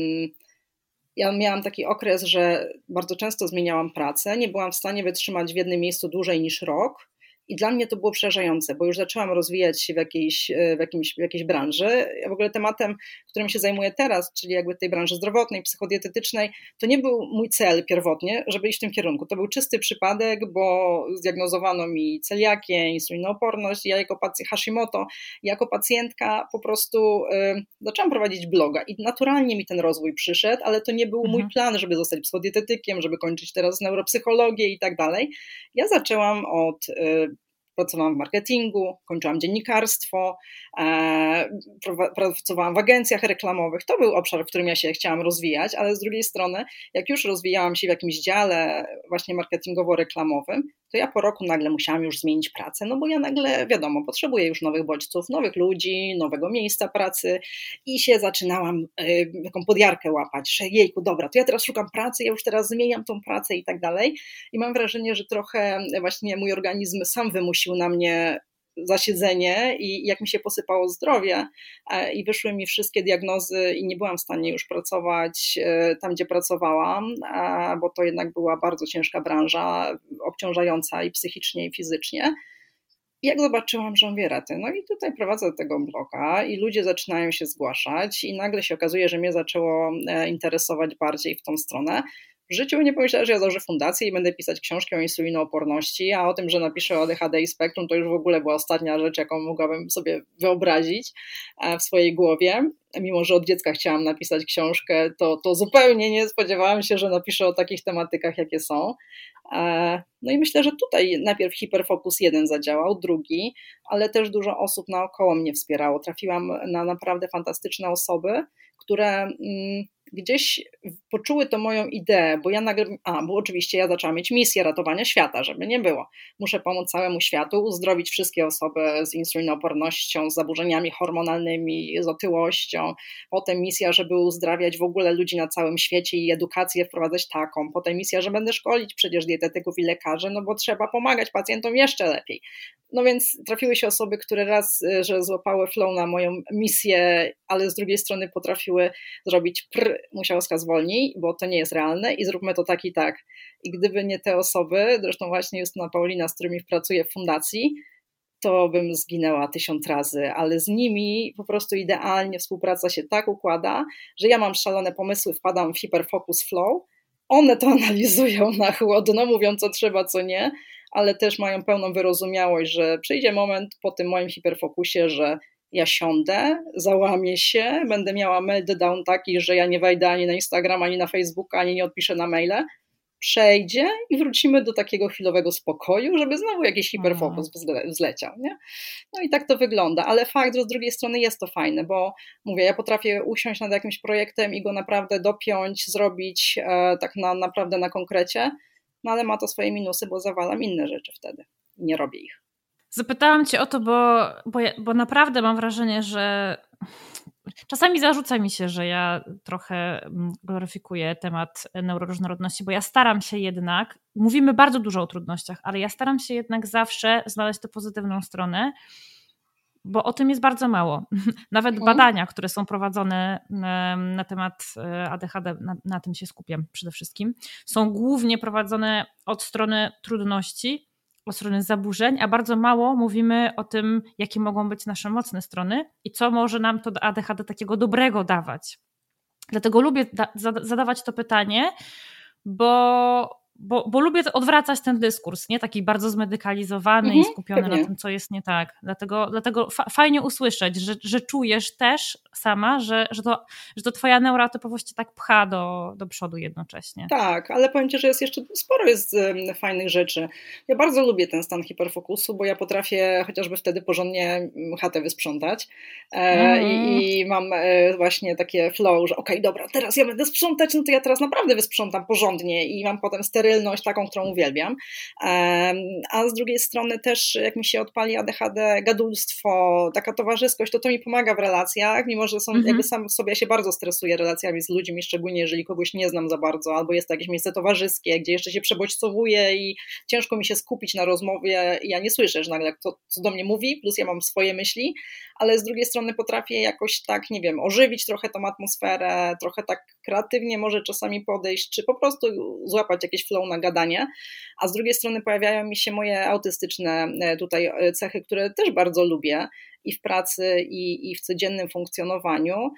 A: ja miałam taki okres, że bardzo często zmieniałam pracę, nie byłam w stanie wytrzymać w jednym miejscu dłużej niż rok i dla mnie to było przerażające, bo już zaczęłam rozwijać się w jakiejś, w jakimś, w jakiejś branży. Ja w ogóle tematem, którym się zajmuję teraz, czyli jakby tej branży zdrowotnej, psychodietetycznej, to nie był mój cel pierwotnie, żeby iść w tym kierunku. To był czysty przypadek, bo zdiagnozowano mi celiakię, insulinooporność, ja jako pacjent Hashimoto, jako pacjentka po prostu y, zaczęłam prowadzić bloga i naturalnie mi ten rozwój przyszedł, ale to nie był mhm. mój plan, żeby zostać psychodietetykiem, żeby kończyć teraz neuropsychologię i tak dalej. Ja zaczęłam od y, Pracowałam w marketingu, kończyłam dziennikarstwo, e, pracowałam w agencjach reklamowych. To był obszar, w którym ja się chciałam rozwijać, ale z drugiej strony, jak już rozwijałam się w jakimś dziale właśnie marketingowo-reklamowym, to ja po roku nagle musiałam już zmienić pracę, no bo ja nagle, wiadomo, potrzebuję już nowych bodźców, nowych ludzi, nowego miejsca pracy i się zaczynałam y, taką podjarkę łapać, że jejku, dobra, to ja teraz szukam pracy, ja już teraz zmieniam tą pracę i tak dalej i mam wrażenie, że trochę właśnie mój organizm sam wymusił na mnie zasiedzenie i jak mi się posypało zdrowie i wyszły mi wszystkie diagnozy i nie byłam w stanie już pracować tam, gdzie pracowałam, bo to jednak była bardzo ciężka branża, obciążająca i psychicznie, i fizycznie. I jak zobaczyłam, że mówię, rety, no i tutaj prowadzę tego bloga i ludzie zaczynają się zgłaszać i nagle się okazuje, że mnie zaczęło interesować bardziej w tą stronę. W życiu nie pomyślałam, że ja założę fundację i będę pisać książki o insulinooporności, a o tym, że napiszę o A D H D i spektrum, to już w ogóle była ostatnia rzecz, jaką mogłabym sobie wyobrazić w swojej głowie. Mimo że od dziecka chciałam napisać książkę, to, to zupełnie nie spodziewałam się, że napiszę o takich tematykach, jakie są. No i myślę, że tutaj najpierw hiperfokus jeden zadziałał, drugi, ale też dużo osób naokoło mnie wspierało. Trafiłam na naprawdę fantastyczne osoby, które gdzieś poczuły to moją ideę, bo ja nagle, a, bo oczywiście ja zaczęłam mieć misję ratowania świata, żeby nie było. Muszę pomóc całemu światu, uzdrowić wszystkie osoby z insulinoopornością, z zaburzeniami hormonalnymi, z otyłością. Potem misja, żeby uzdrawiać w ogóle ludzi na całym świecie i edukację wprowadzać taką. Potem misja, że będę szkolić przecież dietetyków i lekarzy, no bo trzeba pomagać pacjentom jeszcze lepiej. No więc trafiły się osoby, które raz, że złapały flow na moją misję, ale z drugiej strony potrafiły zrobić pr, musiałska zwolnij, bo to nie jest realne i zróbmy to tak i tak. I gdyby nie te osoby, zresztą właśnie Justyna Paulina, z którymi pracuję w fundacji, to bym zginęła tysiąc razy, ale z nimi po prostu idealnie współpraca się tak układa, że ja mam szalone pomysły, wpadam w hiperfocus flow, one to analizują na chłodno, mówią co trzeba, co nie, ale też mają pełną wyrozumiałość, że przyjdzie moment po tym moim hiperfokusie, że ja siądę, załamię się, będę miała meltdown taki, że ja nie wejdę ani na Instagram, ani na Facebooka, ani nie odpiszę na maile, przejdzie i wrócimy do takiego chwilowego spokoju, żeby znowu jakiś hiperfokus wzleciał, nie? No i tak to wygląda, ale fakt, że z drugiej strony jest to fajne, bo mówię, ja potrafię usiąść nad jakimś projektem i go naprawdę dopiąć, zrobić e, tak na, naprawdę na konkrecie, no ale ma to swoje minusy, bo zawalam inne rzeczy wtedy, nie robię ich.
C: Zapytałam cię o to, bo, bo, ja, bo naprawdę mam wrażenie, że czasami zarzuca mi się, że ja trochę gloryfikuję temat neuroróżnorodności, bo ja staram się jednak, mówimy bardzo dużo o trudnościach, ale ja staram się jednak zawsze znaleźć tę pozytywną stronę, bo o tym jest bardzo mało. Nawet hmm. badania, które są prowadzone na temat A D H D, na, na tym się skupiam przede wszystkim, są głównie prowadzone od strony trudności, od strony zaburzeń, a bardzo mało mówimy o tym, jakie mogą być nasze mocne strony i co może nam to A D H D takiego dobrego dawać. Dlatego lubię da- zadawać to pytanie, bo... Bo, bo lubię odwracać ten dyskurs, nie? Taki bardzo zmedykalizowany mhm, i skupiony pewnie. Na tym, co jest nie tak. Dlatego, dlatego fa- fajnie usłyszeć, że, że czujesz też sama, że, że, to, że to twoja neurotypowość cię tak pcha do, do przodu jednocześnie.
A: Tak, ale powiem ci, że jest jeszcze sporo jest um, fajnych rzeczy. Ja bardzo lubię ten stan hiperfokusu, bo ja potrafię chociażby wtedy porządnie chatę wysprzątać e, mm. i, i mam e, właśnie takie flow, że okej, okay, dobra, teraz ja będę sprzątać, no to ja teraz naprawdę wysprzątam porządnie i mam potem sterylność taką, którą uwielbiam, a z drugiej strony też jak mi się odpali A D H D, gadulstwo, taka towarzyskość, to to mi pomaga w relacjach, mimo że są, mm-hmm. jakby sam sobie ja się bardzo stresuję relacjami z ludźmi, szczególnie jeżeli kogoś nie znam za bardzo, albo jest to jakieś miejsce towarzyskie, gdzie jeszcze się przebodźcowuję i ciężko mi się skupić na rozmowie i ja nie słyszę, że nagle kto co do mnie mówi, plus ja mam swoje myśli, ale z drugiej strony potrafię jakoś tak, nie wiem, ożywić trochę tą atmosferę, trochę tak kreatywnie może czasami podejść, czy po prostu złapać jakieś flow na gadanie, a z drugiej strony pojawiają mi się moje autystyczne tutaj cechy, które też bardzo lubię i w pracy, i, i w codziennym funkcjonowaniu.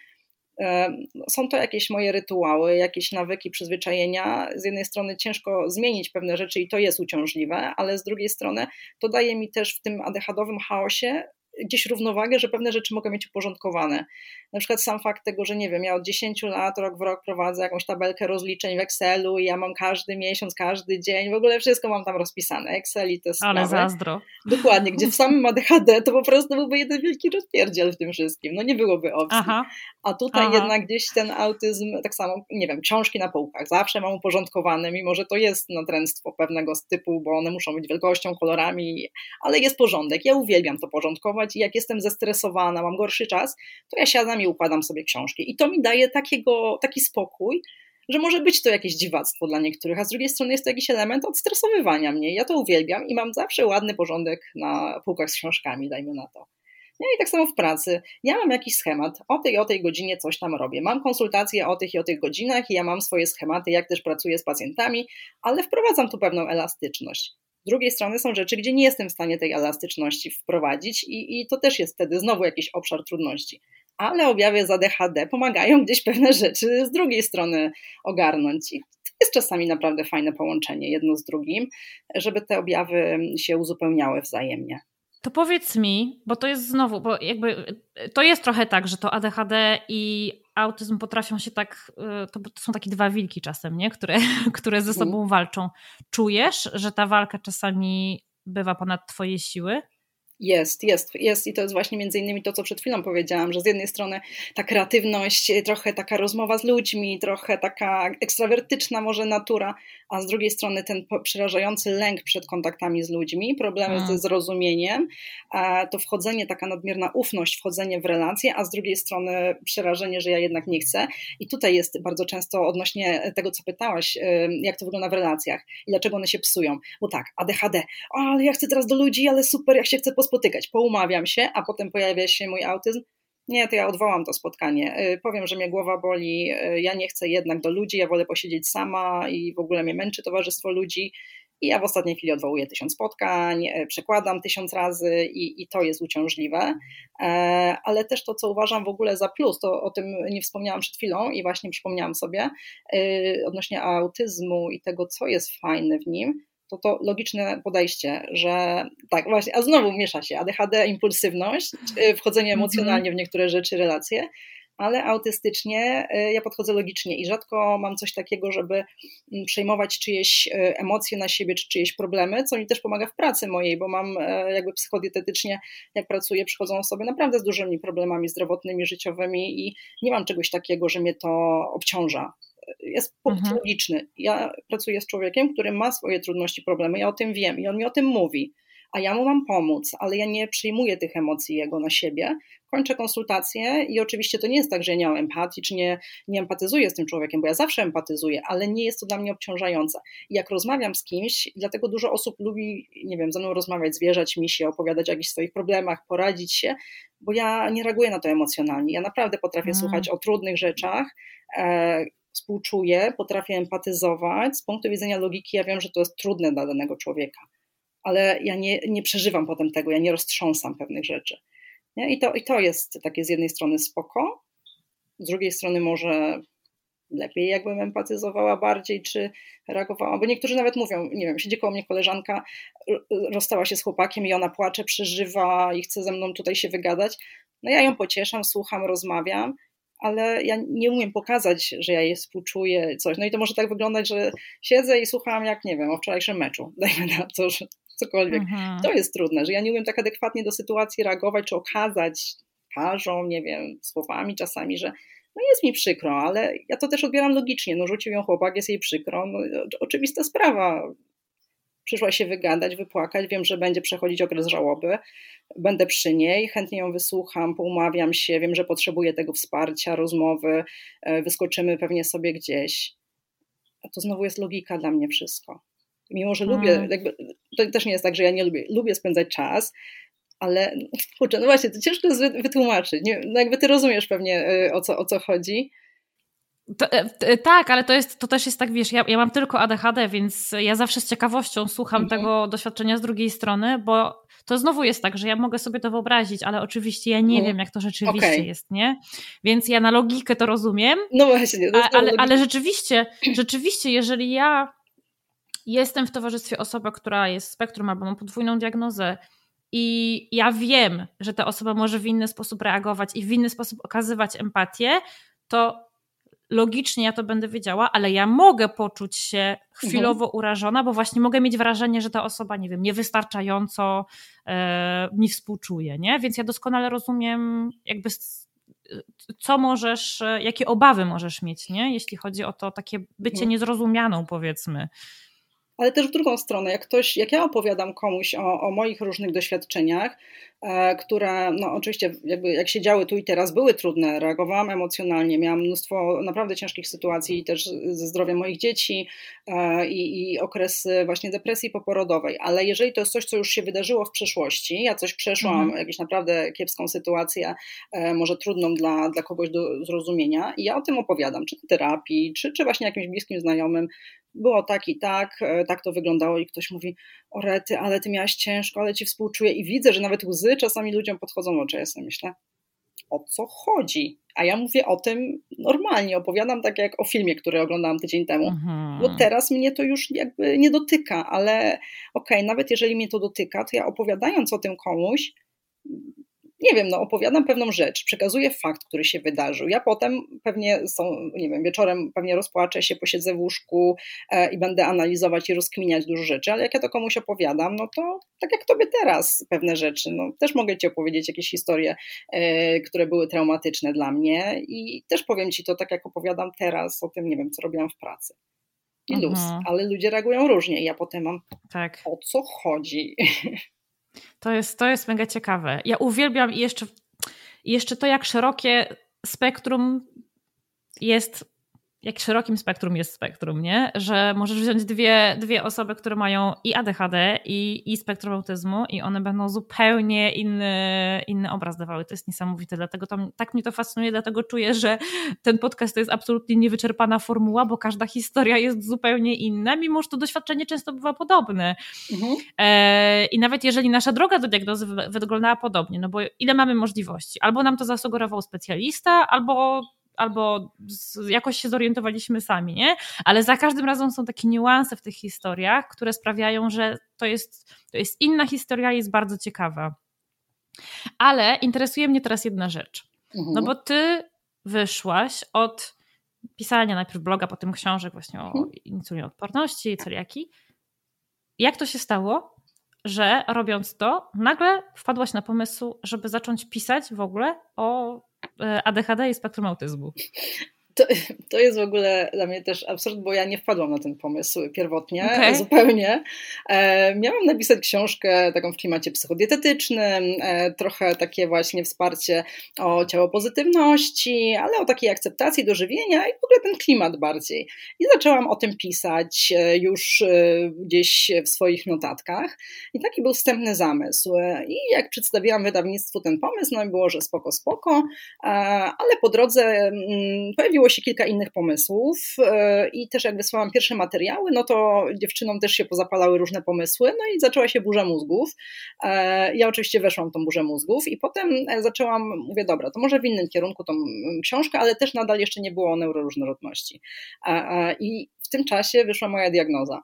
A: Są to jakieś moje rytuały, jakieś nawyki, przyzwyczajenia. Z jednej strony ciężko zmienić pewne rzeczy i to jest uciążliwe, ale z drugiej strony to daje mi też w tym A D H D-owym chaosie gdzieś równowagę, że pewne rzeczy mogę mieć uporządkowane. Na przykład sam fakt tego, że nie wiem, ja od dziesięciu lat, rok w rok prowadzę jakąś tabelkę rozliczeń w Excelu i ja mam każdy miesiąc, każdy dzień, w ogóle wszystko mam tam rozpisane, Excel i te sprawy.
C: Ale zazdro.
A: Dokładnie, gdzie w samym A D H D to po prostu byłby jeden wielki rozpierdziel w tym wszystkim, no nie byłoby opcji. Aha. A tutaj Aha. jednak gdzieś ten autyzm, tak samo, nie wiem, książki na półkach, zawsze mam uporządkowane, mimo że to jest natręctwo pewnego typu, bo one muszą być wielkością, kolorami, ale jest porządek. Ja uwielbiam to porządkować i jak jestem zestresowana, mam gorszy czas, to ja siadam i układam sobie książki. I to mi daje takiego, taki spokój, że może być to jakieś dziwactwo dla niektórych, a z drugiej strony jest to jakiś element odstresowywania mnie. Ja to uwielbiam i mam zawsze ładny porządek na półkach z książkami, dajmy na to. No i tak samo w pracy. Ja mam jakiś schemat, o tej o tej godzinie coś tam robię. Mam konsultacje o tych i o tych godzinach i ja mam swoje schematy, jak też pracuję z pacjentami, ale wprowadzam tu pewną elastyczność. Z drugiej strony są rzeczy, gdzie nie jestem w stanie tej elastyczności wprowadzić i, i to też jest wtedy znowu jakiś obszar trudności. Ale objawy z A D H D pomagają gdzieś pewne rzeczy z drugiej strony ogarnąć. I to jest czasami naprawdę fajne połączenie jedno z drugim, żeby te objawy się uzupełniały wzajemnie.
C: To powiedz mi, bo to jest znowu, bo jakby to jest trochę tak, że to A D H D i autyzm potrafią się tak, to, to są takie dwa wilki czasem, nie? Które, które ze sobą walczą. Czujesz, że ta walka czasami bywa ponad twoje siły?
A: Jest, jest, jest i to jest właśnie między innymi to, co przed chwilą powiedziałam, że z jednej strony ta kreatywność, trochę taka rozmowa z ludźmi, trochę taka ekstrawertyczna może natura, a z drugiej strony ten przerażający lęk przed kontaktami z ludźmi, problemy hmm. ze zrozumieniem, to wchodzenie, taka nadmierna ufność, wchodzenie w relacje, a z drugiej strony przerażenie, że ja jednak nie chcę. I tutaj jest bardzo często odnośnie tego, co pytałaś, jak to wygląda w relacjach i dlaczego one się psują. Bo tak, A D H D, o, ale ja chcę teraz do ludzi, ale super, jak się chcę pospotykać, poumawiam się, a potem pojawia się mój autyzm. Nie, to ja odwołam to spotkanie. Powiem, że mnie głowa boli, ja nie chcę jednak do ludzi, ja wolę posiedzieć sama i w ogóle mnie męczy towarzystwo ludzi. I ja w ostatniej chwili odwołuję tysiąc spotkań, przekładam tysiąc razy i, i to jest uciążliwe. Ale też to, co uważam w ogóle za plus, to o tym nie wspomniałam przed chwilą i właśnie przypomniałam sobie odnośnie autyzmu i tego, co jest fajne w nim, to to logiczne podejście, że tak właśnie, a znowu miesza się A D H D, impulsywność, wchodzenie emocjonalnie w niektóre rzeczy, relacje, ale autystycznie ja podchodzę logicznie i rzadko mam coś takiego, żeby przejmować czyjeś emocje na siebie, czy czyjeś problemy, co mi też pomaga w pracy mojej, bo mam jakby psychodietetycznie, jak pracuję, przychodzą osoby naprawdę z dużymi problemami zdrowotnymi, życiowymi i nie mam czegoś takiego, że mnie to obciąża. Jest punkt mhm. logiczny. Ja pracuję z człowiekiem, który ma swoje trudności, problemy, ja o tym wiem i on mi o tym mówi, a ja mu mam pomóc, ale ja nie przyjmuję tych emocji jego na siebie, kończę konsultację i oczywiście to nie jest tak, że ja nie mam empatii, czy nie, nie empatyzuję z tym człowiekiem, bo ja zawsze empatyzuję, ale nie jest to dla mnie obciążające. I jak rozmawiam z kimś, dlatego dużo osób lubi, nie wiem, ze mną rozmawiać, zwierzać mi się, opowiadać o jakichś swoich problemach, poradzić się, bo ja nie reaguję na to emocjonalnie. Ja naprawdę potrafię mm. słuchać o trudnych rzeczach, e, współczuję, potrafię empatyzować. Z punktu widzenia logiki ja wiem, że to jest trudne dla danego człowieka, ale ja nie, nie przeżywam potem tego, ja nie roztrząsam pewnych rzeczy. Nie? I, to, I to jest takie z jednej strony spoko, z drugiej strony może lepiej jakbym empatyzowała bardziej, czy reagowała, bo niektórzy nawet mówią, nie wiem, siedzi koło mnie koleżanka, rozstała się z chłopakiem i ona płacze, przeżywa i chce ze mną tutaj się wygadać. No ja ją pocieszam, słucham, rozmawiam, ale ja nie umiem pokazać, że ja jej współczuję, coś. No i to może tak wyglądać, że siedzę i słucham jak, nie wiem, o wczorajszym meczu, dajmy na to, że cokolwiek. Mhm. To jest trudne, że ja nie umiem tak adekwatnie do sytuacji reagować, czy okazać twarzą, nie wiem, słowami czasami, że no jest mi przykro, ale ja to też odbieram logicznie, no rzucił ją chłopak, jest jej przykro, no oczywista sprawa. Przyszła się wygadać, wypłakać, wiem, że będzie przechodzić okres żałoby, będę przy niej, chętnie ją wysłucham, poumawiam się, wiem, że potrzebuje tego wsparcia, rozmowy, wyskoczymy pewnie sobie gdzieś. A to znowu jest logika dla mnie wszystko. Mimo, że hmm. lubię, jakby, to też nie jest tak, że ja nie lubię, lubię spędzać czas, ale kurczę, no właśnie, to ciężko jest wytłumaczyć. Nie, no jakby ty rozumiesz pewnie o co, o co chodzi.
C: To, tak, ale to, jest, to też jest tak, wiesz, ja, ja mam tylko A D H D, więc ja zawsze z ciekawością słucham mhm. tego doświadczenia z drugiej strony, bo to znowu jest tak, że ja mogę sobie to wyobrazić, ale oczywiście ja nie mhm. wiem, jak to rzeczywiście okay. jest, nie? Więc ja na logikę to rozumiem,
A: no właśnie,
C: a, ale, ale rzeczywiście, rzeczywiście, jeżeli ja jestem w towarzystwie osoby, która jest z spektrum albo ma podwójną diagnozę i ja wiem, że ta osoba może w inny sposób reagować i w inny sposób okazywać empatię, to logicznie ja to będę wiedziała, ale ja mogę poczuć się chwilowo mhm. urażona, bo właśnie mogę mieć wrażenie, że ta osoba, nie wiem, niewystarczająco e, mi współczuje, nie? Więc ja doskonale rozumiem jakby co możesz, jakie obawy możesz mieć, nie? Jeśli chodzi o to takie bycie mhm. niezrozumianą, powiedzmy.
A: Ale też w drugą stronę, jak ktoś, jak ja opowiadam komuś o, o moich różnych doświadczeniach, e, które no oczywiście jakby jak się działy tu i teraz były trudne, reagowałam emocjonalnie, miałam mnóstwo naprawdę ciężkich sytuacji też ze zdrowiem moich dzieci e, i, i okres właśnie depresji poporodowej, ale jeżeli to jest coś, co już się wydarzyło w przeszłości, ja coś przeszłam, mhm. jakąś naprawdę kiepską sytuację, e, może trudną dla, dla kogoś do zrozumienia i ja o tym opowiadam, czy w terapii, czy, czy właśnie jakimś bliskim znajomym, było tak i tak, tak to wyglądało i ktoś mówi, o rety, ale ty miałaś ciężko, ale ci współczuję i widzę, że nawet łzy czasami ludziom podchodzą w oczy. Ja sobie myślę, o co chodzi? A ja mówię o tym normalnie, opowiadam tak jak o filmie, który oglądałam tydzień temu, mhm. bo teraz mnie to już jakby nie dotyka, ale okej, okay, nawet jeżeli mnie to dotyka, to ja opowiadając o tym komuś, nie wiem, no opowiadam pewną rzecz, przekazuję fakt, który się wydarzył. Ja potem pewnie są, nie wiem, wieczorem pewnie rozpłaczę się, posiedzę w łóżku e, i będę analizować i rozkminiać dużo rzeczy, ale jak ja to komuś opowiadam, no to tak jak tobie teraz pewne rzeczy, no też mogę ci opowiedzieć jakieś historie, e, które były traumatyczne dla mnie i też powiem ci to tak jak opowiadam teraz o tym, nie wiem, co robiłam w pracy. I luz, mhm. ale ludzie reagują różnie i ja potem mam, tak. o co chodzi?
C: To jest, to jest mega ciekawe. Ja uwielbiam i jeszcze, jeszcze to, jak szerokie spektrum jest, jak szerokim spektrum jest spektrum, nie? Że możesz wziąć dwie, dwie osoby, które mają i A D H D, i, i spektrum autyzmu i one będą zupełnie inny, inny obraz dawały. To jest niesamowite, dlatego to, tak mnie to fascynuje, dlatego czuję, że ten podcast to jest absolutnie niewyczerpana formuła, bo każda historia jest zupełnie inna, mimo że to doświadczenie często bywa podobne. Mhm. E, I nawet jeżeli nasza droga do diagnozy wyglądała podobnie, no bo ile mamy możliwości? Albo nam to zasugerował specjalista, albo albo jakoś się zorientowaliśmy sami, nie? Ale za każdym razem są takie niuanse w tych historiach, które sprawiają, że to jest, to jest inna historia i jest bardzo ciekawa. Ale interesuje mnie teraz jedna rzecz. Mhm. No bo ty wyszłaś od pisania najpierw bloga, potem książek właśnie o mhm. insulinoodporności, celiaki. Jak to się stało, że robiąc to, nagle wpadłaś na pomysł, żeby zacząć pisać w ogóle o A D H D i spektrum autyzmu?
A: To, to jest w ogóle dla mnie też absurd, bo ja nie wpadłam na ten pomysł pierwotnie, okay. zupełnie. E, miałam napisać książkę taką w klimacie psychodietetycznym, e, trochę takie właśnie wsparcie o ciało pozytywności, ale o takiej akceptacji dożywienia i w ogóle ten klimat bardziej. I zaczęłam o tym pisać e, już e, gdzieś w swoich notatkach i taki był wstępny zamysł. I jak przedstawiłam wydawnictwu ten pomysł, no i było, że spoko, spoko, e, ale po drodze m, pojawiło się kilka innych pomysłów i też jak wysłałam pierwsze materiały, no to dziewczynom też się pozapalały różne pomysły, no i zaczęła się burza mózgów. Ja oczywiście weszłam w tą burzę mózgów i potem zaczęłam, mówię, dobra, to może w innym kierunku tą książkę, ale też nadal jeszcze nie było o neuroróżnorodności. I w tym czasie wyszła moja diagnoza.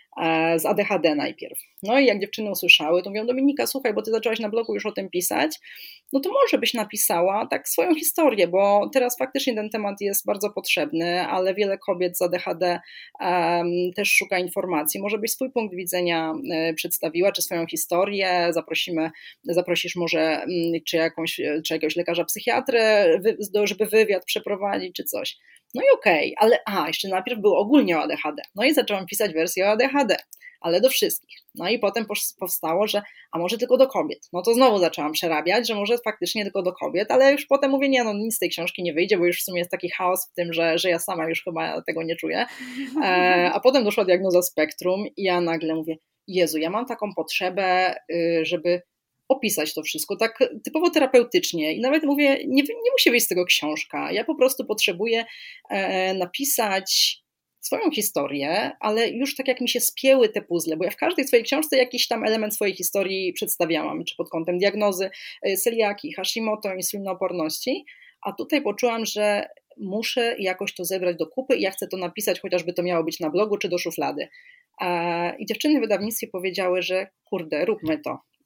A: Z A D H D najpierw. No i jak dziewczyny usłyszały, to mówią, Dominika, słuchaj, bo ty zaczęłaś na blogu już o tym pisać, no to może byś napisała tak swoją historię, bo teraz faktycznie ten temat jest bardzo potrzebny, ale wiele kobiet z A D H D um, też szuka informacji. Może byś swój punkt widzenia um, przedstawiła, czy swoją historię, zaprosimy, zaprosisz może um, czy, jakąś, czy jakiegoś lekarza psychiatrę, wy, żeby wywiad przeprowadzić, czy coś. No i okej, okay, ale a, jeszcze najpierw było ogólnie o A D H D. No i zaczęłam pisać wersję o A D H D, ale do wszystkich. No i potem powstało, że a może tylko do kobiet. No to znowu zaczęłam przerabiać, że może faktycznie tylko do kobiet, ale już potem mówię, nie, no nic z tej książki nie wyjdzie, bo już w sumie jest taki chaos w tym, że, że ja sama już chyba tego nie czuję. E, a potem doszła diagnoza spektrum i ja nagle mówię, Jezu, ja mam taką potrzebę, żeby opisać to wszystko tak typowo terapeutycznie i nawet mówię, nie, nie musi być z tego książka, ja po prostu potrzebuję e, napisać swoją historię, ale już tak jak mi się spięły te puzzle, bo ja w każdej swojej książce jakiś tam element swojej historii przedstawiałam, czy pod kątem diagnozy celiaki, Hashimoto, insulinooporności, a tutaj poczułam, że muszę jakoś to zebrać do kupy i ja chcę to napisać, chociażby to miało być na blogu, czy do szuflady. I dziewczyny w wydawnictwie powiedziały, że kurde, róbmy to.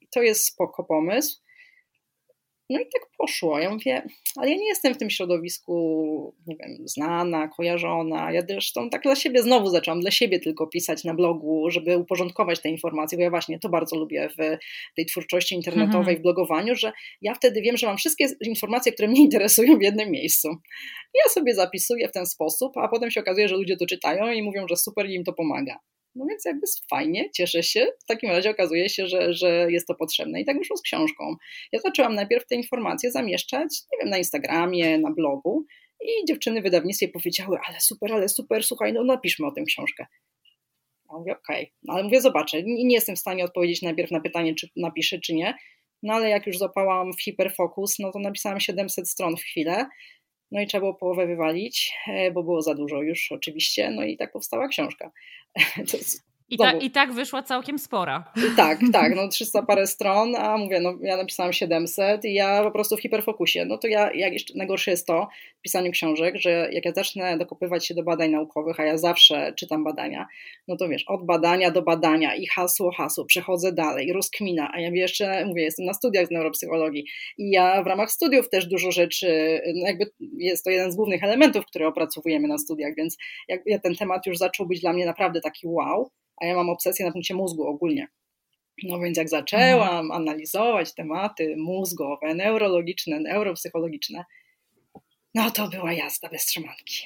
A: to jest spoko pomysł. No i tak poszło. Ja mówię, ale ja nie jestem w tym środowisku, nie wiem, znana, kojarzona. Ja zresztą tak dla siebie znowu zaczęłam dla siebie tylko pisać na blogu, żeby uporządkować te informacje, bo ja właśnie to bardzo lubię w tej twórczości internetowej, w blogowaniu, że ja wtedy wiem, że mam wszystkie informacje, które mnie interesują w jednym miejscu. Ja sobie zapisuję w ten sposób, a potem się okazuje, że ludzie to czytają i mówią, że super i im to pomaga. No więc jakby fajnie, cieszę się. W takim razie okazuje się, że, że jest to potrzebne. I tak wyszło z książką. Ja zaczęłam najpierw te informacje zamieszczać, nie wiem, na Instagramie, na blogu i dziewczyny w wydawnictwie powiedziały, ale super, ale super, słuchaj, no napiszmy o tym książkę. Ja mówię, okej, okay. No ale mówię, zobaczę. Nie, nie jestem w stanie odpowiedzieć najpierw na pytanie, czy napiszę, czy nie. No ale jak już złapałam w hiperfokus, no to napisałam siedemset stron w chwilę. No i trzeba było połowę wywalić, bo było za dużo już oczywiście, no i tak powstała książka.
C: I, ta, I tak wyszła całkiem spora.
A: Tak, tak, no trzysta parę stron, a mówię, no ja napisałam siedemset i ja po prostu w hiperfokusie. No to ja, jak jeszcze najgorsze jest to w pisaniu książek, że jak ja zacznę dokopywać się do badań naukowych, a ja zawsze czytam badania, no to wiesz, od badania do badania i hasło, hasło, przechodzę dalej, rozkmina, a ja jeszcze, mówię, jestem na studiach z neuropsychologii i ja w ramach studiów też dużo rzeczy, no jakby jest to jeden z głównych elementów, które opracowujemy na studiach, więc jakby ten temat już zaczął być dla mnie naprawdę taki wow. A ja mam obsesję na punkcie mózgu ogólnie. No więc jak zaczęłam mhm. analizować tematy mózgowe, neurologiczne, neuropsychologiczne, no to była jazda bez trzymanki.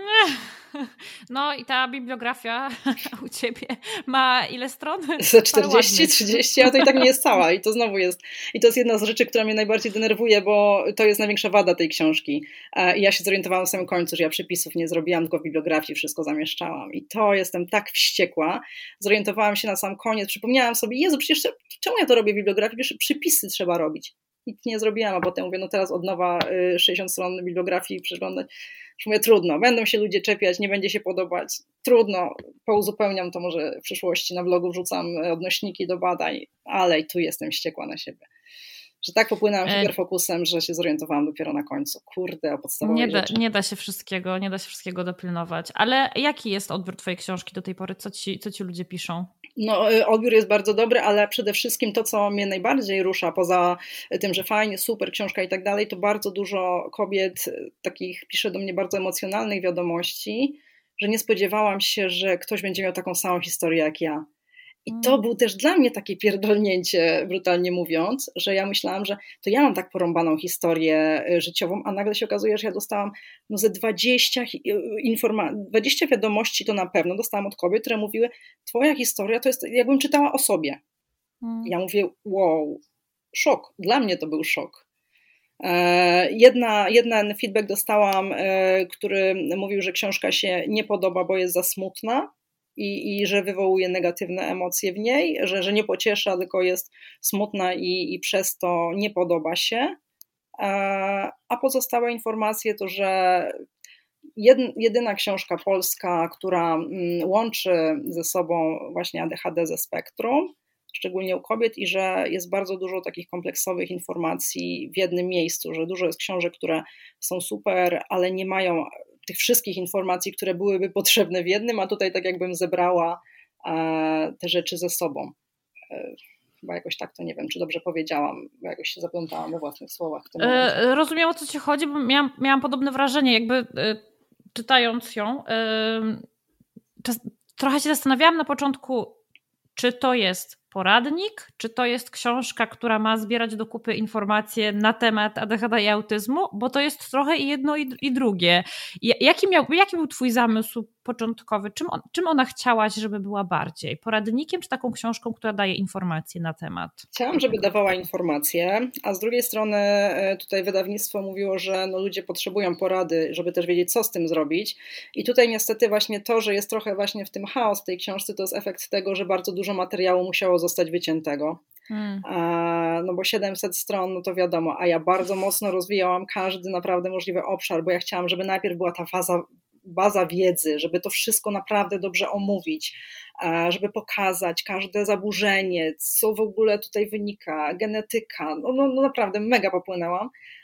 C: No i ta bibliografia u ciebie ma ile stron?
A: Ze czterdzieści, trzydzieści, a to i tak nie jest cała. I to znowu jest, i to jest jedna z rzeczy, która mnie najbardziej denerwuje, bo to jest największa wada tej książki. I ja się zorientowałam na samym końcu, że ja przepisów nie zrobiłam, tylko w bibliografii wszystko zamieszczałam. I to jestem tak wściekła. Zorientowałam się na sam koniec, przypomniałam sobie, Jezu, przecież czemu ja to robię w bibliografii? Przecież przypisy trzeba robić. Nic nie zrobiłam, a potem mówię, no teraz od nowa sześćdziesiąt stron bibliografii przeglądać. Już mówię, trudno, będą się ludzie czepiać, nie będzie się podobać, trudno, pouzupełniam to może w przyszłości, na blogu wrzucam odnośniki do badań, ale i tu jestem wściekła na siebie. Że tak popłynęłam hiperfokusem, że się zorientowałam dopiero na końcu. Kurde, o podstawowej
C: nie da,
A: rzeczy.
C: Nie da się wszystkiego, nie da się wszystkiego dopilnować. Ale jaki jest odbiór twojej książki do tej pory? Co ci, co ci ludzie piszą?
A: No, odbiór jest bardzo dobry, ale przede wszystkim to, co mnie najbardziej rusza, poza tym, że fajnie, super książka i tak dalej, to bardzo dużo kobiet takich pisze do mnie bardzo emocjonalnych wiadomości, że nie spodziewałam się, że ktoś będzie miał taką samą historię jak ja. I to był też dla mnie takie pierdolnięcie, brutalnie mówiąc, że ja myślałam, że to ja mam tak porąbaną historię życiową, a nagle się okazuje, że ja dostałam no ze dwadzieścia, informa- dwadzieścia wiadomości to na pewno dostałam od kobiet, które mówiły, twoja historia to jest jakbym czytała o sobie. Hmm. Ja mówię, wow, szok. Dla mnie to był szok. Jedna, jeden feedback dostałam, który mówił, że książka się nie podoba, bo jest za smutna. I, i że wywołuje negatywne emocje w niej, że, że nie pociesza, tylko jest smutna i, i przez to nie podoba się. A, a pozostałe informacje to, że jed, jedyna książka polska, która mm, łączy ze sobą właśnie A D H D ze spektrum, szczególnie u kobiet, i że jest bardzo dużo takich kompleksowych informacji w jednym miejscu, że dużo jest książek, które są super, ale nie mają tych wszystkich informacji, które byłyby potrzebne w jednym, a tutaj tak jakbym zebrała e, te rzeczy ze sobą. E, chyba jakoś tak to nie wiem, czy dobrze powiedziałam, bo jakoś się zaplątałam we własnych słowach. W tym
C: e, rozumiem, o co ci chodzi, bo miałam, miałam podobne wrażenie, jakby e, czytając ją. E, czas, trochę się zastanawiałam na początku, czy to jest poradnik, czy to jest książka, która ma zbierać do kupy informacje na temat A D H D i autyzmu, bo to jest trochę i jedno i, i drugie. Jaki, miał, jaki był twój zamysł początkowy? Czym, on, czym ona chciałaś, żeby była bardziej? Poradnikiem, czy taką książką, która daje informacje na temat?
A: Chciałam, żeby dawała informacje, a z drugiej strony tutaj wydawnictwo mówiło, że no ludzie potrzebują porady, żeby też wiedzieć, co z tym zrobić. I tutaj niestety właśnie to, że jest trochę właśnie w tym chaos w tej książce, to jest efekt tego, że bardzo dużo materiału musiało zostać wyciętego. Hmm. No bo siedemset stron, no to wiadomo, a ja bardzo mocno rozwijałam każdy naprawdę możliwy obszar, bo ja chciałam, żeby najpierw była ta faza, baza wiedzy, żeby to wszystko naprawdę dobrze omówić, żeby pokazać każde zaburzenie, co w ogóle tutaj wynika, genetyka, no, no, no naprawdę mega popłynęłam,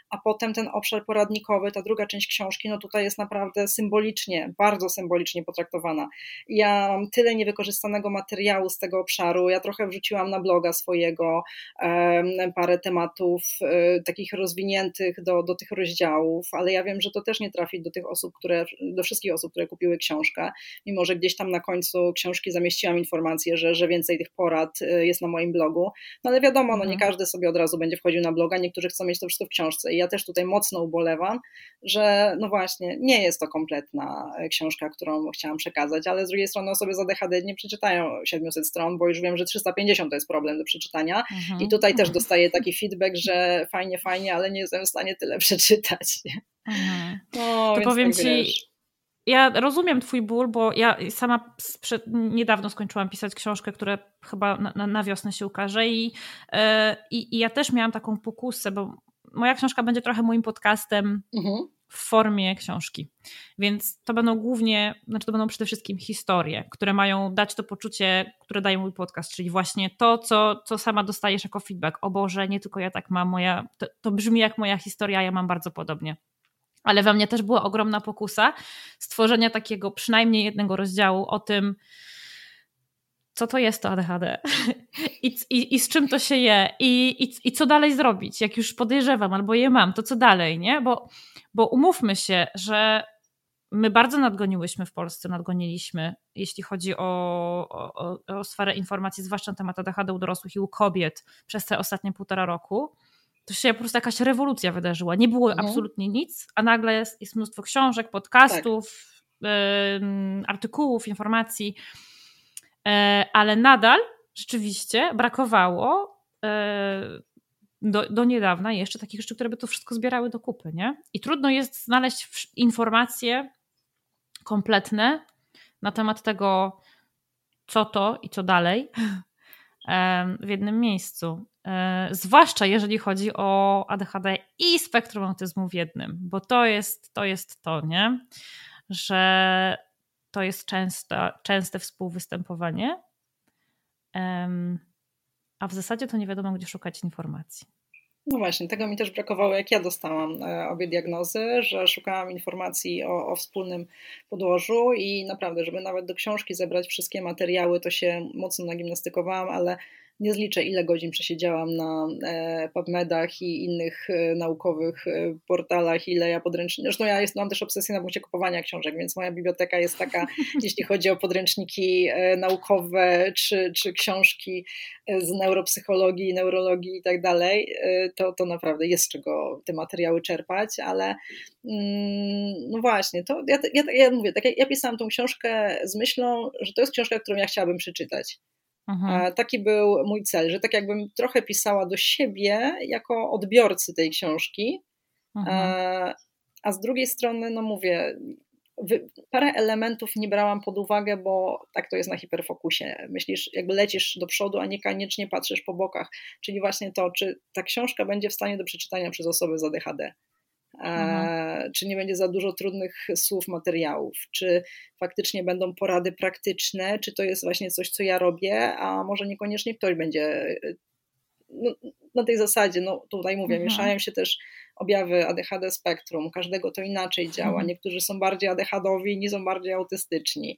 A: a potem ten obszar poradnikowy, ta druga część książki, no tutaj jest naprawdę symbolicznie, bardzo symbolicznie potraktowana. Ja mam tyle niewykorzystanego materiału z tego obszaru, ja trochę wrzuciłam na bloga swojego parę tematów takich rozwiniętych do, do tych rozdziałów, ale ja wiem, że to też nie trafi do tych osób, które, do wszystkich osób, które kupiły książkę, mimo że gdzieś tam na końcu książki zamieściłam informację, że, że więcej tych porad jest na moim blogu, no ale wiadomo, no nie każdy sobie od razu będzie wchodził na bloga, niektórzy chcą mieć to wszystko w książce i ja też tutaj mocno ubolewam, że no właśnie nie jest to kompletna książka, którą chciałam przekazać, ale z drugiej strony osoby z A D H D nie przeczytają siedemset stron, bo już wiem, że trzysta pięćdziesiąt to jest problem do przeczytania mhm. i tutaj też dostaję taki feedback, że fajnie, fajnie, ale nie jestem w stanie tyle przeczytać.
C: Mhm. No, to powiem tak Ci, wiesz. Ja rozumiem twój ból, bo ja sama sprzed, niedawno skończyłam pisać książkę, która chyba na, na wiosnę się ukaże i, yy, i ja też miałam taką pokusę, bo moja książka będzie trochę moim podcastem mhm. w formie książki, więc to będą głównie, znaczy to będą przede wszystkim historie, które mają dać to poczucie, które daje mój podcast, czyli właśnie to, co, co sama dostajesz jako feedback. O Boże, nie tylko ja tak mam, moja, to, to brzmi jak moja historia, ja mam bardzo podobnie. Ale we mnie też była ogromna pokusa stworzenia takiego przynajmniej jednego rozdziału o tym, co to jest to A D H D I, i, i z czym to się je i, i, i co dalej zrobić, jak już podejrzewam albo je mam, to co dalej, nie? Bo, bo umówmy się, że my bardzo nadgoniłyśmy w Polsce, nadgoniliśmy, jeśli chodzi o, o, o sferę informacji, zwłaszcza na temat A D H D u dorosłych i u kobiet przez te ostatnie półtora roku. To się po prostu jakaś rewolucja wydarzyła. Nie było mhm. absolutnie nic, a nagle jest, jest mnóstwo książek, podcastów, tak. y, artykułów, informacji, y, ale nadal rzeczywiście brakowało y, do, do niedawna jeszcze takich rzeczy, które by to wszystko zbierały do kupy, nie? I trudno jest znaleźć informacje kompletne na temat tego, co to i co dalej w jednym miejscu. Zwłaszcza jeżeli chodzi o A D H D i spektrum autyzmu w jednym, bo to jest to, jest to nie? Że to jest częste, częste współwystępowanie, a w zasadzie to nie wiadomo, gdzie szukać informacji.
A: No właśnie, tego mi też brakowało, jak ja dostałam obie diagnozy, że szukałam informacji o, o wspólnym podłożu i naprawdę, żeby nawet do książki zebrać wszystkie materiały, to się mocno nagimnastykowałam, ale nie zliczę, ile godzin przesiedziałam na PubMedach i innych naukowych portalach, ile ja podręczników. Zresztą ja jest, mam też obsesję na punkcie kupowania książek, więc moja biblioteka jest taka, jeśli chodzi o podręczniki naukowe czy, czy książki z neuropsychologii, neurologii i tak dalej, to, to naprawdę jest z czego te materiały czerpać, ale no właśnie, to ja, ja, ja mówię, tak jak ja pisałam tą książkę z myślą, że to jest książka, którą ja chciałabym przeczytać. Mhm. Taki był mój cel, że tak jakbym trochę pisała do siebie jako odbiorcy tej książki, mhm. a z drugiej strony, no mówię, parę elementów nie brałam pod uwagę, bo tak to jest na hiperfokusie. Myślisz, jakby lecisz do przodu, a niekoniecznie patrzysz po bokach, czyli właśnie to, czy ta książka będzie w stanie do przeczytania przez osoby z A D H D. Mhm. Czy nie będzie za dużo trudnych słów, materiałów, czy faktycznie będą porady praktyczne, czy to jest właśnie coś, co ja robię, a może niekoniecznie ktoś będzie no, na tej zasadzie, no tutaj mówię, mhm. mieszają się też objawy A D H D spektrum, każdego to inaczej działa, mhm. niektórzy są bardziej A D H D-owi, inni są bardziej autystyczni.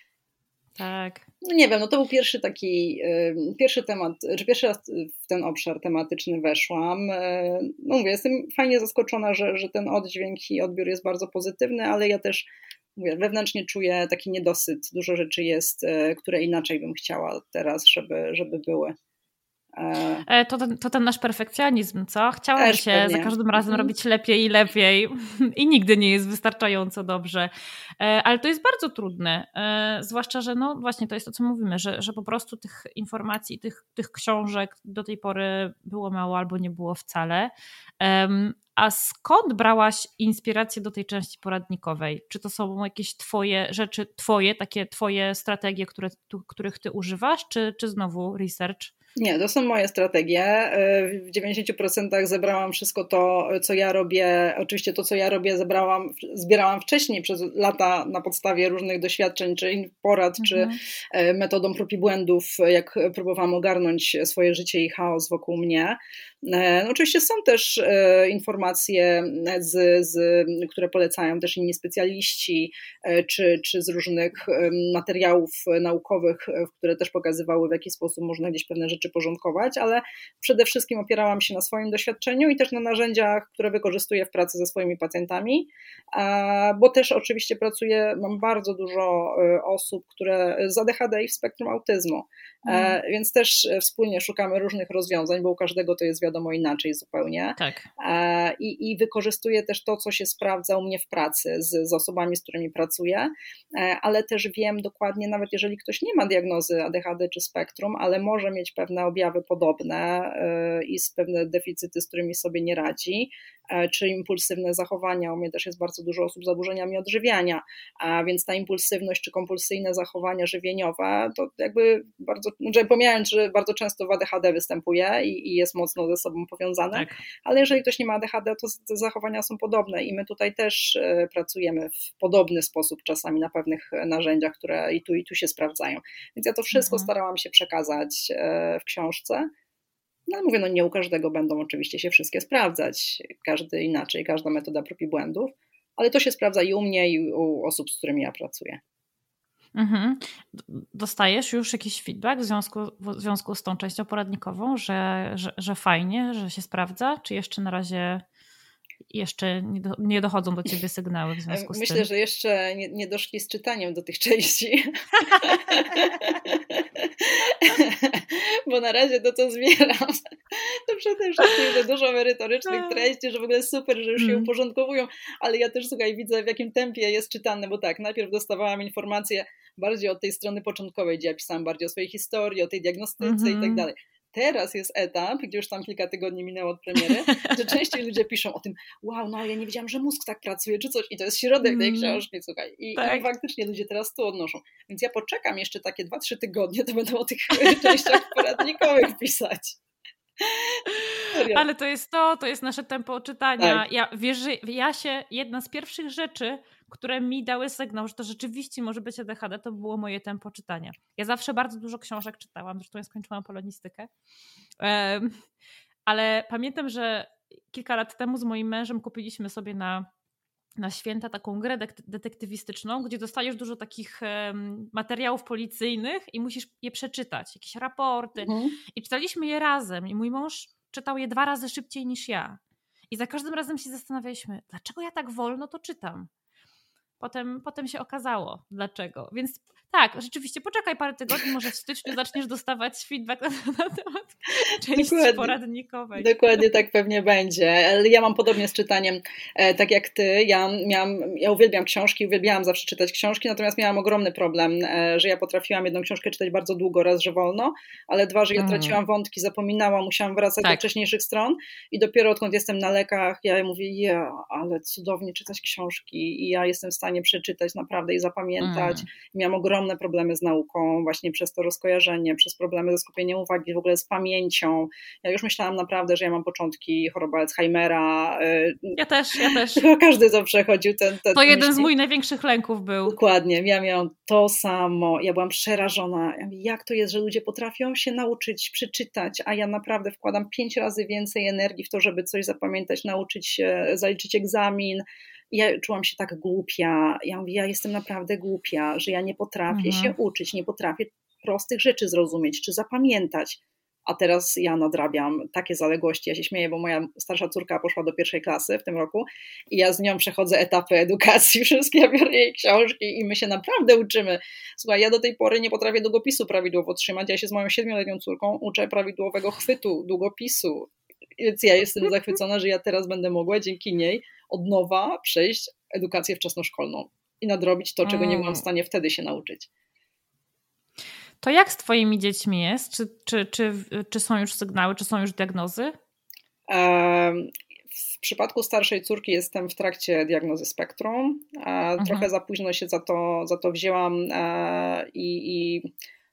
C: Tak.
A: No nie wiem, no to był pierwszy taki, pierwszy temat, czy pierwszy raz w ten obszar tematyczny weszłam. No mówię, jestem fajnie zaskoczona, że, że ten oddźwięk i odbiór jest bardzo pozytywny, ale ja też mówię, wewnętrznie czuję taki niedosyt. Dużo rzeczy jest, które inaczej bym chciała teraz, żeby, żeby były.
C: To ten, to ten nasz perfekcjonizm, co? Chciałabym się pewnie. Za każdym razem robić lepiej i lepiej i nigdy nie jest wystarczająco dobrze. Ale to jest bardzo trudne, zwłaszcza, że no właśnie to jest to, co mówimy, że, że po prostu tych informacji, tych, tych książek do tej pory było mało albo nie było wcale. A skąd brałaś inspirację do tej części poradnikowej? Czy to są jakieś twoje rzeczy, twoje, takie twoje strategie, które, tu, których ty używasz, czy, czy znowu research?
A: Nie, to są moje strategie. W dziewięćdziesięciu procentach zebrałam wszystko to, co ja robię. Oczywiście to, co ja robię, zebrałam, zbierałam wcześniej przez lata na podstawie różnych doświadczeń, czy porad, mhm. czy metodą prób i błędów, jak próbowałam ogarnąć swoje życie i chaos wokół mnie. No, oczywiście są też informacje, z, z, które polecają też inni specjaliści, czy, czy z różnych materiałów naukowych, które też pokazywały, w jaki sposób można gdzieś pewne rzeczy porządkować, ale przede wszystkim opierałam się na swoim doświadczeniu i też na narzędziach, które wykorzystuję w pracy ze swoimi pacjentami, bo też oczywiście pracuję, mam bardzo dużo osób, które z A D H D i w spektrum autyzmu, mm. więc też wspólnie szukamy różnych rozwiązań, bo u każdego to jest wiadomo inaczej zupełnie.
C: Tak.
A: I, i wykorzystuję też to, co się sprawdza u mnie w pracy z, z osobami, z którymi pracuję, ale też wiem dokładnie, nawet jeżeli ktoś nie ma diagnozy A D H D czy spektrum, ale może mieć pewne objawy podobne i pewne deficyty, z którymi sobie nie radzi, czy impulsywne zachowania. U mnie też jest bardzo dużo osób z zaburzeniami odżywiania, a więc ta impulsywność czy kompulsyjne zachowania żywieniowe, to jakby bardzo, znaczy pomijając, że bardzo często w A D H D występuje i, i jest mocno ze sobą powiązane, tak. ale jeżeli ktoś nie ma A D H D, to te zachowania są podobne i my tutaj też pracujemy w podobny sposób czasami na pewnych narzędziach, które i tu i tu się sprawdzają. Więc ja to wszystko mhm. starałam się przekazać w książce. No ale mówię, no nie u każdego będą oczywiście się wszystkie sprawdzać, każdy inaczej, każda metoda prób i błędów, ale to się sprawdza i u mnie, i u osób, z którymi ja pracuję.
C: Mhm. Dostajesz już jakiś feedback w związku, w związku z tą częścią poradnikową, że, że, że fajnie, że się sprawdza, czy jeszcze na razie jeszcze nie, do, nie dochodzą do ciebie sygnały w związku z
A: Myślę,
C: tym?
A: Myślę, że jeszcze nie, nie doszli z czytaniem do tych części. Bo na razie to, co zbieram, to przede wszystkim to dużo merytorycznych treści, że w ogóle super, że już się uporządkowują, ale ja też, słuchaj, widzę, w jakim tempie jest czytane, bo tak, najpierw dostawałam informacje bardziej od tej strony początkowej, gdzie ja pisałam bardziej o swojej historii, o tej diagnostyce mm-hmm. i tak dalej. Teraz jest etap, gdzie już tam kilka tygodni minęło od premiery, że częściej ludzie piszą o tym, wow, no ja nie wiedziałam, że mózg tak pracuje, czy coś. I to jest środek tej książki, słuchaj. I, tak. i faktycznie ludzie teraz to odnoszą. Więc ja poczekam jeszcze takie dwa trzy tygodnie, to będę o tych częściach poradnikowych pisać.
C: Ale to jest to, to jest nasze tempo czytania. Tak. Ja, wiesz, że ja się, jedna z pierwszych rzeczy, które mi dały sygnał, że to rzeczywiście może być A D H D, to było moje tempo czytania. Ja zawsze bardzo dużo książek czytałam, zresztą ja skończyłam polonistykę, um, ale pamiętam, że kilka lat temu z moim mężem kupiliśmy sobie na, na święta taką grę detektywistyczną, gdzie dostajesz dużo takich um, materiałów policyjnych i musisz je przeczytać, jakieś raporty. Mhm. I czytaliśmy je razem i mój mąż czytał je dwa razy szybciej niż ja. I za każdym razem się zastanawialiśmy, dlaczego ja tak wolno to czytam? Potem, potem się okazało, dlaczego. Więc tak, rzeczywiście, poczekaj parę tygodni, może w styczniu zaczniesz dostawać feedback na, na temat części dokładnie, poradnikowej.
A: Dokładnie tak pewnie będzie. Ale ja mam podobnie z czytaniem, e, tak jak ty. Ja, miałam, ja uwielbiam książki, uwielbiałam zawsze czytać książki, natomiast miałam ogromny problem, e, że ja potrafiłam jedną książkę czytać bardzo długo, raz, że wolno, ale dwa, że ja traciłam wątki, zapominałam, musiałam wracać tak. do wcześniejszych stron i dopiero odkąd jestem na lekach, ja mówię, ja, ale cudownie czytać książki i ja jestem w stanie przeczytać naprawdę i zapamiętać. Mm. Miałam ogromne problemy z nauką, właśnie przez to rozkojarzenie, przez problemy ze skupieniem uwagi, w ogóle z pamięcią. Ja już myślałam naprawdę, że ja mam początki choroby Alzheimera.
C: Ja też, ja też.
A: Każdy to przechodził. Ten, ten
C: to jeden myśli. z moich największych lęków był.
A: Dokładnie, ja miałam to samo. Ja byłam przerażona. Ja mówię, jak to jest, że ludzie potrafią się nauczyć, przeczytać, a ja naprawdę wkładam pięć razy więcej energii w to, żeby coś zapamiętać, nauczyć się, zaliczyć egzamin. Ja czułam się tak głupia, ja mówię, ja jestem naprawdę głupia, że ja nie potrafię mhm. się uczyć, nie potrafię prostych rzeczy zrozumieć czy zapamiętać, a teraz ja nadrabiam takie zaległości, ja się śmieję, bo moja starsza córka poszła do pierwszej klasy w tym roku i ja z nią przechodzę etapy edukacji, wszystkie, ja biorę jej książki i my się naprawdę uczymy. Słuchaj, ja do tej pory nie potrafię długopisu prawidłowo trzymać, ja się z moją siedmioletnią córką uczę prawidłowego chwytu długopisu, więc ja jestem zachwycona, że ja teraz będę mogła dzięki niej od nowa przejść edukację wczesnoszkolną i nadrobić to, czego nie byłam w stanie wtedy się nauczyć.
C: To jak z twoimi dziećmi jest? Czy, czy, czy, czy są już sygnały, czy są już diagnozy?
A: W przypadku starszej córki jestem w trakcie diagnozy spektrum. Trochę mhm. za późno się za to, za to wzięłam i, i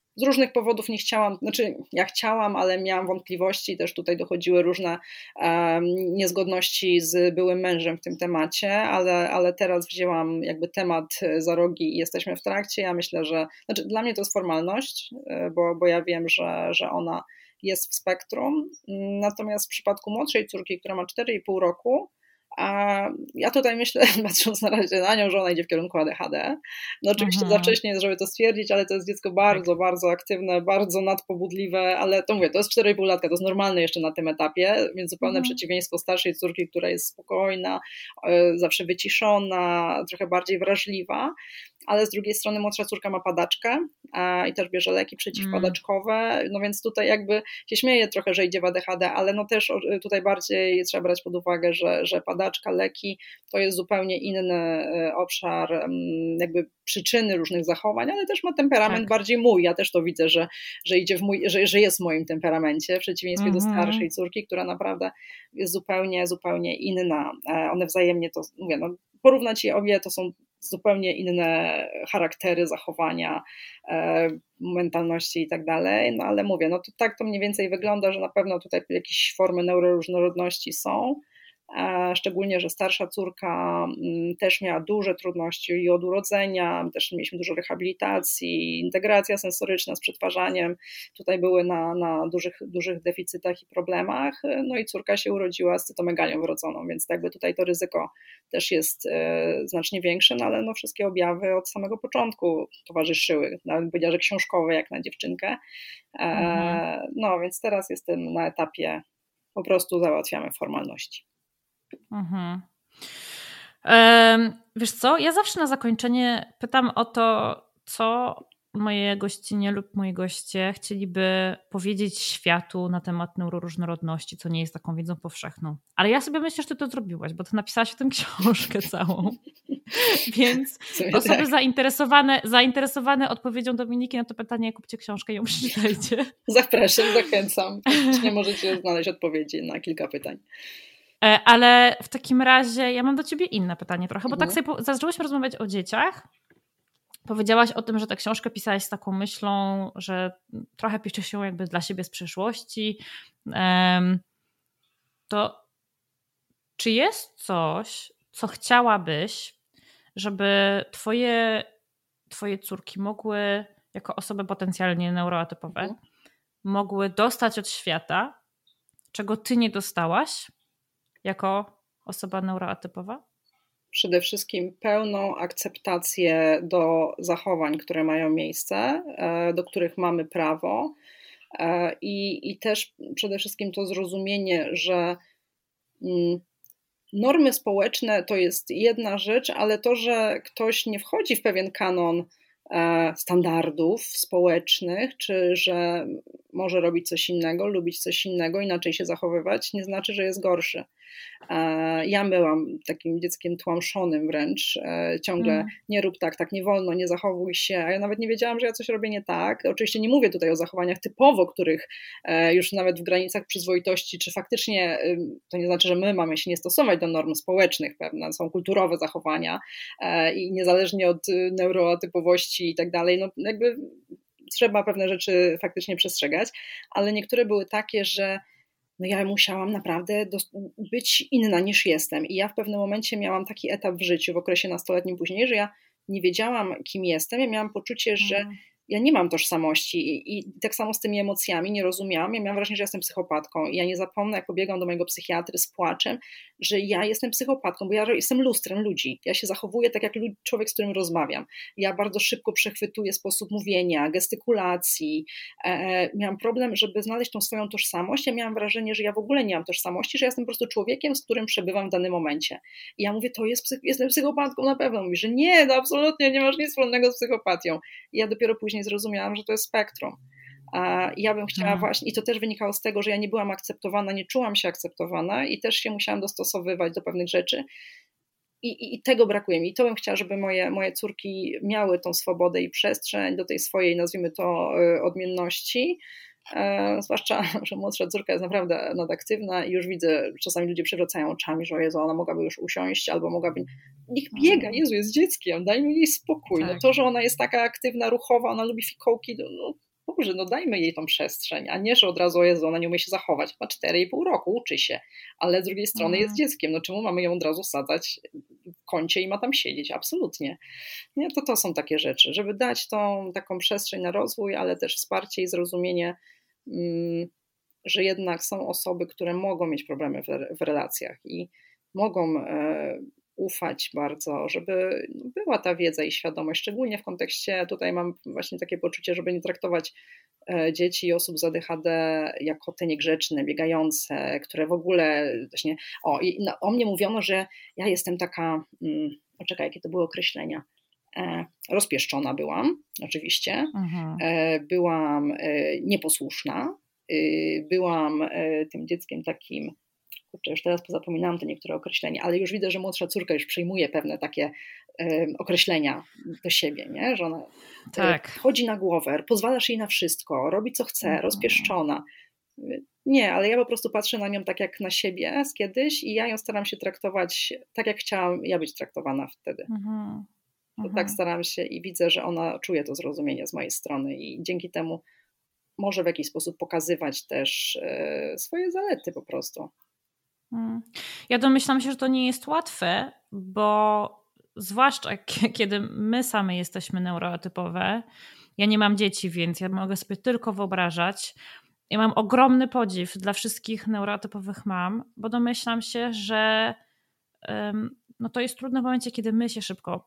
A: z różnych powodów nie chciałam, znaczy ja chciałam, ale miałam wątpliwości, też tutaj dochodziły różne um, niezgodności z byłym mężem w tym temacie, ale, ale teraz wzięłam jakby temat za rogi i jesteśmy w trakcie. Ja myślę, że, znaczy dla mnie to jest formalność, bo, bo ja wiem, że, że ona jest w spektrum, natomiast w przypadku młodszej córki, która ma cztery i pół roku, a ja tutaj myślę, patrząc na razie na nią, że ona idzie w kierunku A D H D. No oczywiście mhm. za wcześnie jest, żeby to stwierdzić, ale to jest dziecko bardzo, tak. bardzo aktywne, bardzo nadpobudliwe, ale to mówię, to jest cztery i pół latka, to jest normalne jeszcze na tym etapie, więc zupełne mhm. przeciwieństwo starszej córki, która jest spokojna, zawsze wyciszona, trochę bardziej wrażliwa, ale z drugiej strony młodsza córka ma padaczkę a, i też bierze leki przeciwpadaczkowe, mm. no więc tutaj jakby się śmieję trochę, że idzie w A D H D, ale no też tutaj bardziej trzeba brać pod uwagę, że, że padaczka, leki to jest zupełnie inny obszar jakby przyczyny różnych zachowań, ale też ma temperament tak. bardziej mój, ja też to widzę, że, że idzie w mój, że, że jest w moim temperamencie, w przeciwieństwie mm-hmm. do starszej córki, która naprawdę jest zupełnie, zupełnie inna, one wzajemnie to, mówię, no porównać je obie, to są zupełnie inne charaktery, zachowania, e, mentalności i tak dalej, no ale mówię, no to tak to mniej więcej wygląda, że na pewno tutaj jakieś formy neuroróżnorodności są, e, szczególnie, że starsza córka m, też miała duże trudności i od urodzenia, też mieliśmy dużo rehabilitacji, integracja sensoryczna z przetwarzaniem, tutaj były na, na dużych, dużych deficytach i problemach, no i córka się urodziła z cytomegalią wrodzoną, więc jakby tutaj to ryzyko też jest e, znacznie większe, no ale no wszystkie objawy od samego początku towarzyszyły, nawet powiedziała, że książkowe jak na dziewczynkę, e, mhm. no więc teraz jestem na etapie, po prostu załatwiamy formalności.
C: Mhm. Um, wiesz co, ja zawsze na zakończenie pytam o to, co moje gościnie lub moi goście chcieliby powiedzieć światu na temat neuroróżnorodności, co nie jest taką wiedzą powszechną. Ale ja sobie myślę, że ty to zrobiłaś, bo ty napisałaś o tym książkę całą. Więc osoby tak. zainteresowane, zainteresowane odpowiedzią Dominiki na to pytanie, kupcie książkę i ją przeczytajcie.
A: Zapraszam, zachęcam. Nie możecie znaleźć odpowiedzi na kilka pytań.
C: Ale w takim razie ja mam do ciebie inne pytanie trochę, bo mhm. tak sobie zaczęłyśmy rozmawiać o dzieciach. Powiedziałaś o tym, że tę książkę pisałaś z taką myślą, że trochę piszesz się jakby dla siebie z przeszłości. To czy jest coś, co chciałabyś, żeby twoje, twoje córki mogły, jako osoby potencjalnie neuroatypowe, mhm. mogły dostać od świata, czego ty nie dostałaś jako osoba neuroatypowa?
A: Przede wszystkim pełną akceptację do zachowań, które mają miejsce, do których mamy prawo i, i też przede wszystkim to zrozumienie, że normy społeczne to jest jedna rzecz, ale to, że ktoś nie wchodzi w pewien kanon standardów społecznych, czy że może robić coś innego, lubić coś innego, inaczej się zachowywać, nie znaczy, że jest gorszy. Ja byłam takim dzieckiem tłamszonym wręcz, ciągle mm. nie rób tak, tak nie wolno, nie zachowuj się, a ja nawet nie wiedziałam, że ja coś robię nie tak. Oczywiście nie mówię tutaj o zachowaniach typowo, których już nawet w granicach przyzwoitości, czy faktycznie to nie znaczy, że my mamy się nie stosować do norm społecznych, pewne są kulturowe zachowania i niezależnie od neuroatypowości i tak dalej, no jakby trzeba pewne rzeczy faktycznie przestrzegać, ale niektóre były takie, że no ja musiałam naprawdę być inna niż jestem i ja w pewnym momencie miałam taki etap w życiu, w okresie nastoletnim później, że ja nie wiedziałam, kim jestem, ja miałam poczucie, że mm. ja nie mam tożsamości i, i tak samo z tymi emocjami nie rozumiałam, ja miałam wrażenie, że jestem psychopatką i ja nie zapomnę, jak pobiegłam do mojego psychiatry z płaczem, że ja jestem psychopatką, bo ja jestem lustrem ludzi, ja się zachowuję tak jak człowiek, z którym rozmawiam, ja bardzo szybko przechwytuję sposób mówienia, gestykulacji, e, miałam problem, żeby znaleźć tą swoją tożsamość, ja miałam wrażenie, że ja w ogóle nie mam tożsamości, że ja jestem po prostu człowiekiem, z którym przebywam w danym momencie i ja mówię, to jest, psych- jestem psychopatką na pewno, mówi, że nie, no absolutnie nie masz nic wspólnego z psychopatią i ja dopiero później zrozumiałam, że to jest spektrum. A ja bym chciała hmm. właśnie, i to też wynikało z tego, że ja nie byłam akceptowana, nie czułam się akceptowana i też się musiałam dostosowywać do pewnych rzeczy i, i, i tego brakuje mi. I to bym chciała, żeby moje, moje córki miały tą swobodę i przestrzeń do tej swojej, nazwijmy to, odmienności. E, zwłaszcza, że młodsza córka jest naprawdę nadaktywna i już widzę, czasami ludzie przewracają oczami, że o Jezu, ona mogłaby już usiąść albo mogłaby, niech biega, Jezu, jest dzieckiem, dajmy jej spokój. Tak. No to, że ona jest taka aktywna, ruchowa, ona lubi fikołki, no, no Boże, no dajmy jej tą przestrzeń, a nie, że od razu, o Jezu, ona nie umie się zachować. Ma cztery i pół roku, uczy się, ale z drugiej strony
C: Mhm.
A: jest dzieckiem, no czemu mamy ją od razu sadzać w kącie i ma tam siedzieć? Absolutnie. Nie, to to są takie rzeczy, żeby dać tą taką przestrzeń na rozwój, ale też wsparcie i zrozumienie, mm, że jednak są osoby, które mogą mieć problemy w, w relacjach i mogą e, ufać bardzo, żeby była ta wiedza i świadomość, szczególnie w kontekście, tutaj mam właśnie takie poczucie, żeby nie traktować e, dzieci i osób z A D H D jako te niegrzeczne, biegające, które w ogóle właśnie, o, i no, o mnie mówiono, że ja jestem taka, mm, poczekaj, jakie to były określenia, e, rozpieszczona byłam, oczywiście,
C: Mhm.
A: e, byłam e, nieposłuszna, byłam tym dzieckiem takim, kurczę, już teraz pozapominałam te niektóre określenia, ale już widzę, że młodsza córka już przyjmuje pewne takie określenia do siebie, nie? Że ona
C: tak.
A: chodzi na głowę, pozwalasz jej na wszystko, robi co chce,
C: Mhm.
A: rozpieszczona. Nie, ale ja po prostu patrzę na nią tak jak na siebie z kiedyś i ja ją staram się traktować tak, jak chciałam ja być traktowana wtedy.
C: Mhm.
A: To
C: Mhm.
A: tak staram się i widzę, że ona czuje to zrozumienie z mojej strony i dzięki temu może w jakiś sposób pokazywać też swoje zalety po prostu.
C: Ja domyślam się, że to nie jest łatwe, bo zwłaszcza kiedy my same jesteśmy neuroatypowe, ja nie mam dzieci, więc ja mogę sobie tylko wyobrażać. Ja mam ogromny podziw dla wszystkich neuroatypowych mam, bo domyślam się, że um, no to jest trudne w momencie, kiedy my się szybko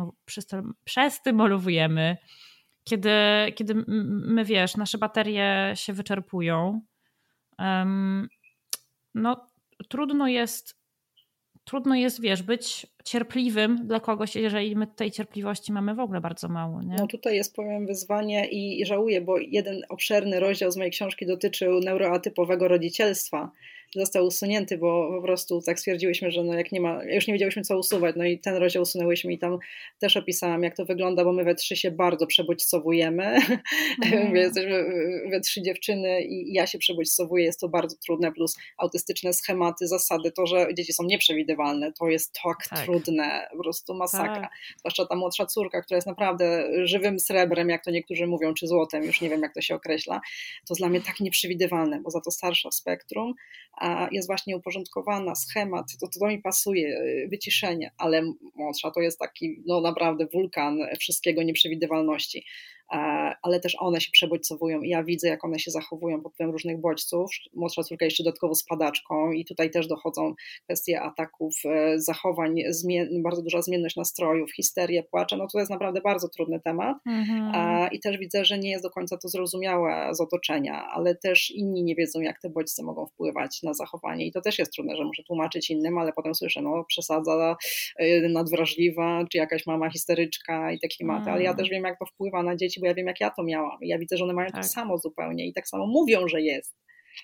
C: przestymulujemy, kiedy, kiedy my, wiesz, nasze baterie się wyczerpują. Um, no trudno jest, trudno jest, wiesz, być cierpliwym dla kogoś, jeżeli my tej cierpliwości mamy w ogóle bardzo mało. Nie?
A: No tutaj jest, powiem, wyzwanie i, i żałuję, bo jeden obszerny rozdział z mojej książki dotyczył neuroatypowego rodzicielstwa. Został usunięty, bo po prostu tak stwierdziłyśmy, że no jak nie ma, już nie wiedziałyśmy co usuwać, no i ten rozdział usunęłyśmy i tam też opisałam, jak to wygląda, bo my we trzy się bardzo przebodźcowujemy. Mm. Jesteśmy we trzy dziewczyny i ja się przebodźcowuję, jest to bardzo trudne, plus autystyczne schematy, zasady, to, że dzieci są nieprzewidywalne, to jest tak, tak. trudne, po prostu masakra. Tak. Zwłaszcza ta młodsza córka, która jest naprawdę żywym srebrem, jak to niektórzy mówią, czy złotem, już nie wiem jak to się określa, to jest dla mnie tak nieprzewidywalne, bo za to starsza w spektrum, a jest właśnie uporządkowana, schemat, to, to, to mi pasuje, wyciszenie, ale młodsza to jest taki no naprawdę wulkan wszystkiego nieprzewidywalności. Ale też one się przebodźcowują i ja widzę, jak one się zachowują pod wpływem różnych bodźców. Młodsza córka jeszcze dodatkowo z padaczką i tutaj też dochodzą kwestie ataków, zachowań, zmien, bardzo duża zmienność nastrojów, histerię, płacze, no to jest naprawdę bardzo trudny temat. Mhm. I też widzę, że nie jest do końca to zrozumiałe z otoczenia, ale też inni nie wiedzą, jak te bodźce mogą wpływać na zachowanie i to też jest trudne, że muszę tłumaczyć innym, ale potem słyszę, no przesadza, nadwrażliwa, czy jakaś mama histeryczka i takie tematy, ale ja też wiem, jak to wpływa na dzieci, bo ja wiem, jak ja to miałam. I ja widzę, że one mają tak. to samo zupełnie i tak samo mówią, że jest.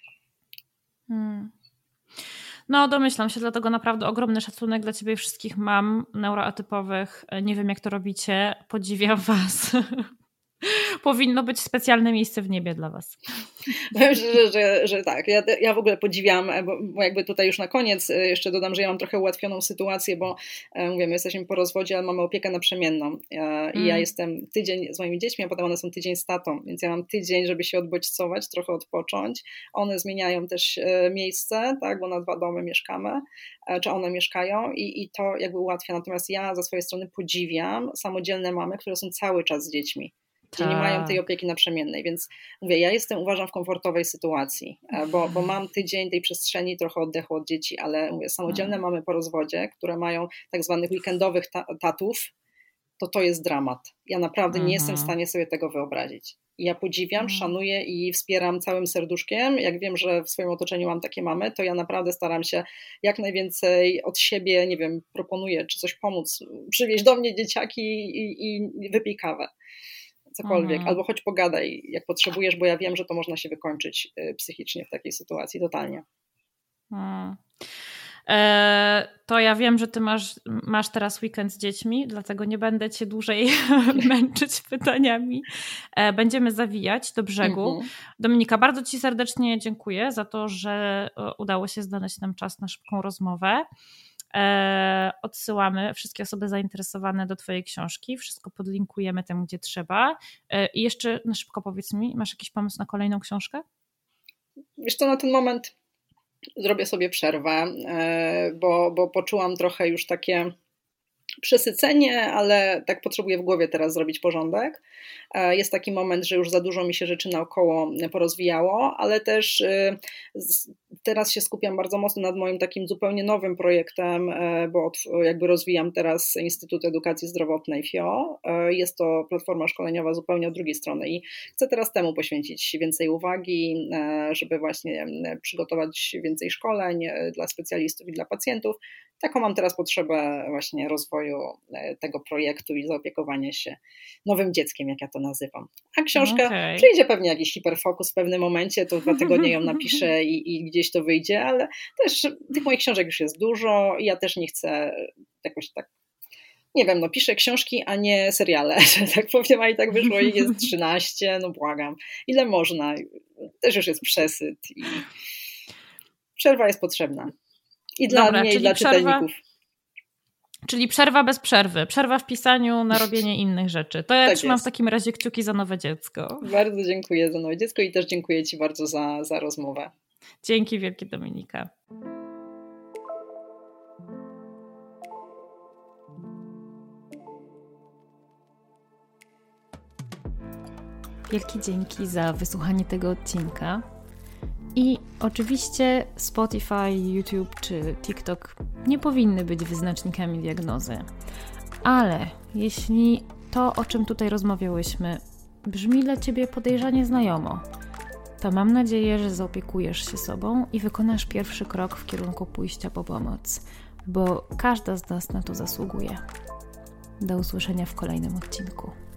C: Hmm. No domyślam się, dlatego naprawdę ogromny szacunek dla ciebie wszystkich mam neuroatypowych. Nie wiem, jak to robicie. Podziwiam was. Powinno być specjalne miejsce w niebie dla was.
A: Powiem szczerze, że, że tak. Ja, ja w ogóle podziwiam, bo, bo jakby tutaj już na koniec jeszcze dodam, że ja mam trochę ułatwioną sytuację, bo mówię, my jesteśmy po rozwodzie, ale mamy opiekę naprzemienną. I mm. ja jestem tydzień z moimi dziećmi, a potem one są tydzień z tatą, więc ja mam tydzień, żeby się odbodźcować, trochę odpocząć. One zmieniają też miejsce, tak, bo na dwa domy mieszkamy, czy one mieszkają i, i to jakby ułatwia. Natomiast ja ze swojej strony podziwiam samodzielne mamy, które są cały czas z dziećmi, gdzie nie mają tej opieki naprzemiennej, więc mówię, ja jestem, uważam, w komfortowej sytuacji, bo, bo mam tydzień tej przestrzeni, trochę oddechu od dzieci, ale mówię, samodzielne hmm. mamy po rozwodzie, które mają tak zwanych weekendowych ta- tatów, to to jest dramat. Ja naprawdę hmm. nie jestem w stanie sobie tego wyobrazić. I ja podziwiam, hmm. szanuję i wspieram całym serduszkiem. Jak wiem, że w swoim otoczeniu mam takie mamy, to ja naprawdę staram się jak najwięcej od siebie, nie wiem, proponuję, czy coś pomóc, przywieźć do mnie dzieciaki i, i wypij kawę. Cokolwiek, mhm. albo choć pogadaj, jak potrzebujesz, bo ja wiem, że to można się wykończyć psychicznie w takiej sytuacji, totalnie.
C: Hmm. E, to ja wiem, że ty masz, masz teraz weekend z dziećmi, dlatego nie będę cię dłużej męczyć pytaniami. E, będziemy zawijać do brzegu. Mhm. Dominika, bardzo ci serdecznie dziękuję za to, że udało się znaleźć nam czas na szybką rozmowę. E, odsyłamy wszystkie osoby zainteresowane do twojej książki, wszystko podlinkujemy tam, gdzie trzeba. E, I jeszcze na szybko powiedz mi, masz jakiś pomysł na kolejną książkę?
A: Wiesz co, na ten moment zrobię sobie przerwę, bo, bo poczułam trochę już takie przesycenie, ale tak potrzebuję w głowie teraz zrobić porządek. Jest taki moment, że już za dużo mi się rzeczy naokoło porozwijało, ale też teraz się skupiam bardzo mocno nad moim takim zupełnie nowym projektem, bo jakby rozwijam teraz Instytut Edukacji Zdrowotnej F I O. Jest to platforma szkoleniowa zupełnie od drugiej strony i chcę teraz temu poświęcić więcej uwagi, żeby właśnie przygotować więcej szkoleń dla specjalistów i dla pacjentów. Taką mam teraz potrzebę właśnie rozwoju tego projektu i zaopiekowania się nowym dzieckiem, jak ja to nazywam. A książka, okay. Przyjdzie pewnie jakiś hiperfokus w pewnym momencie, to dwa tygodnie ją napiszę i, i gdzieś to wyjdzie, ale też tych moich książek już jest dużo i ja też nie chcę jakoś tak, nie wiem, no piszę książki, a nie seriale, że tak powiem, a i tak wyszło ich jest trzynaście, no błagam. Ile można? Też już jest przesyt i przerwa jest potrzebna. I dla Dobra, mnie, i dla przerwa, czytelników.
C: Czyli przerwa bez przerwy. Przerwa w pisaniu na robienie innych rzeczy. To ja tak trzymam jest. W takim razie kciuki za nowe dziecko.
A: Bardzo dziękuję za nowe dziecko i też dziękuję ci bardzo za, za rozmowę.
C: Dzięki wielkie, Dominika. Wielkie dzięki za wysłuchanie tego odcinka. I oczywiście Spotify, YouTube czy TikTok nie powinny być wyznacznikami diagnozy. Ale jeśli to, o czym tutaj rozmawiałyśmy, brzmi dla Ciebie podejrzanie znajomo, to mam nadzieję, że zaopiekujesz się sobą i wykonasz pierwszy krok w kierunku pójścia po pomoc, bo każda z nas na to zasługuje. Do usłyszenia w kolejnym odcinku.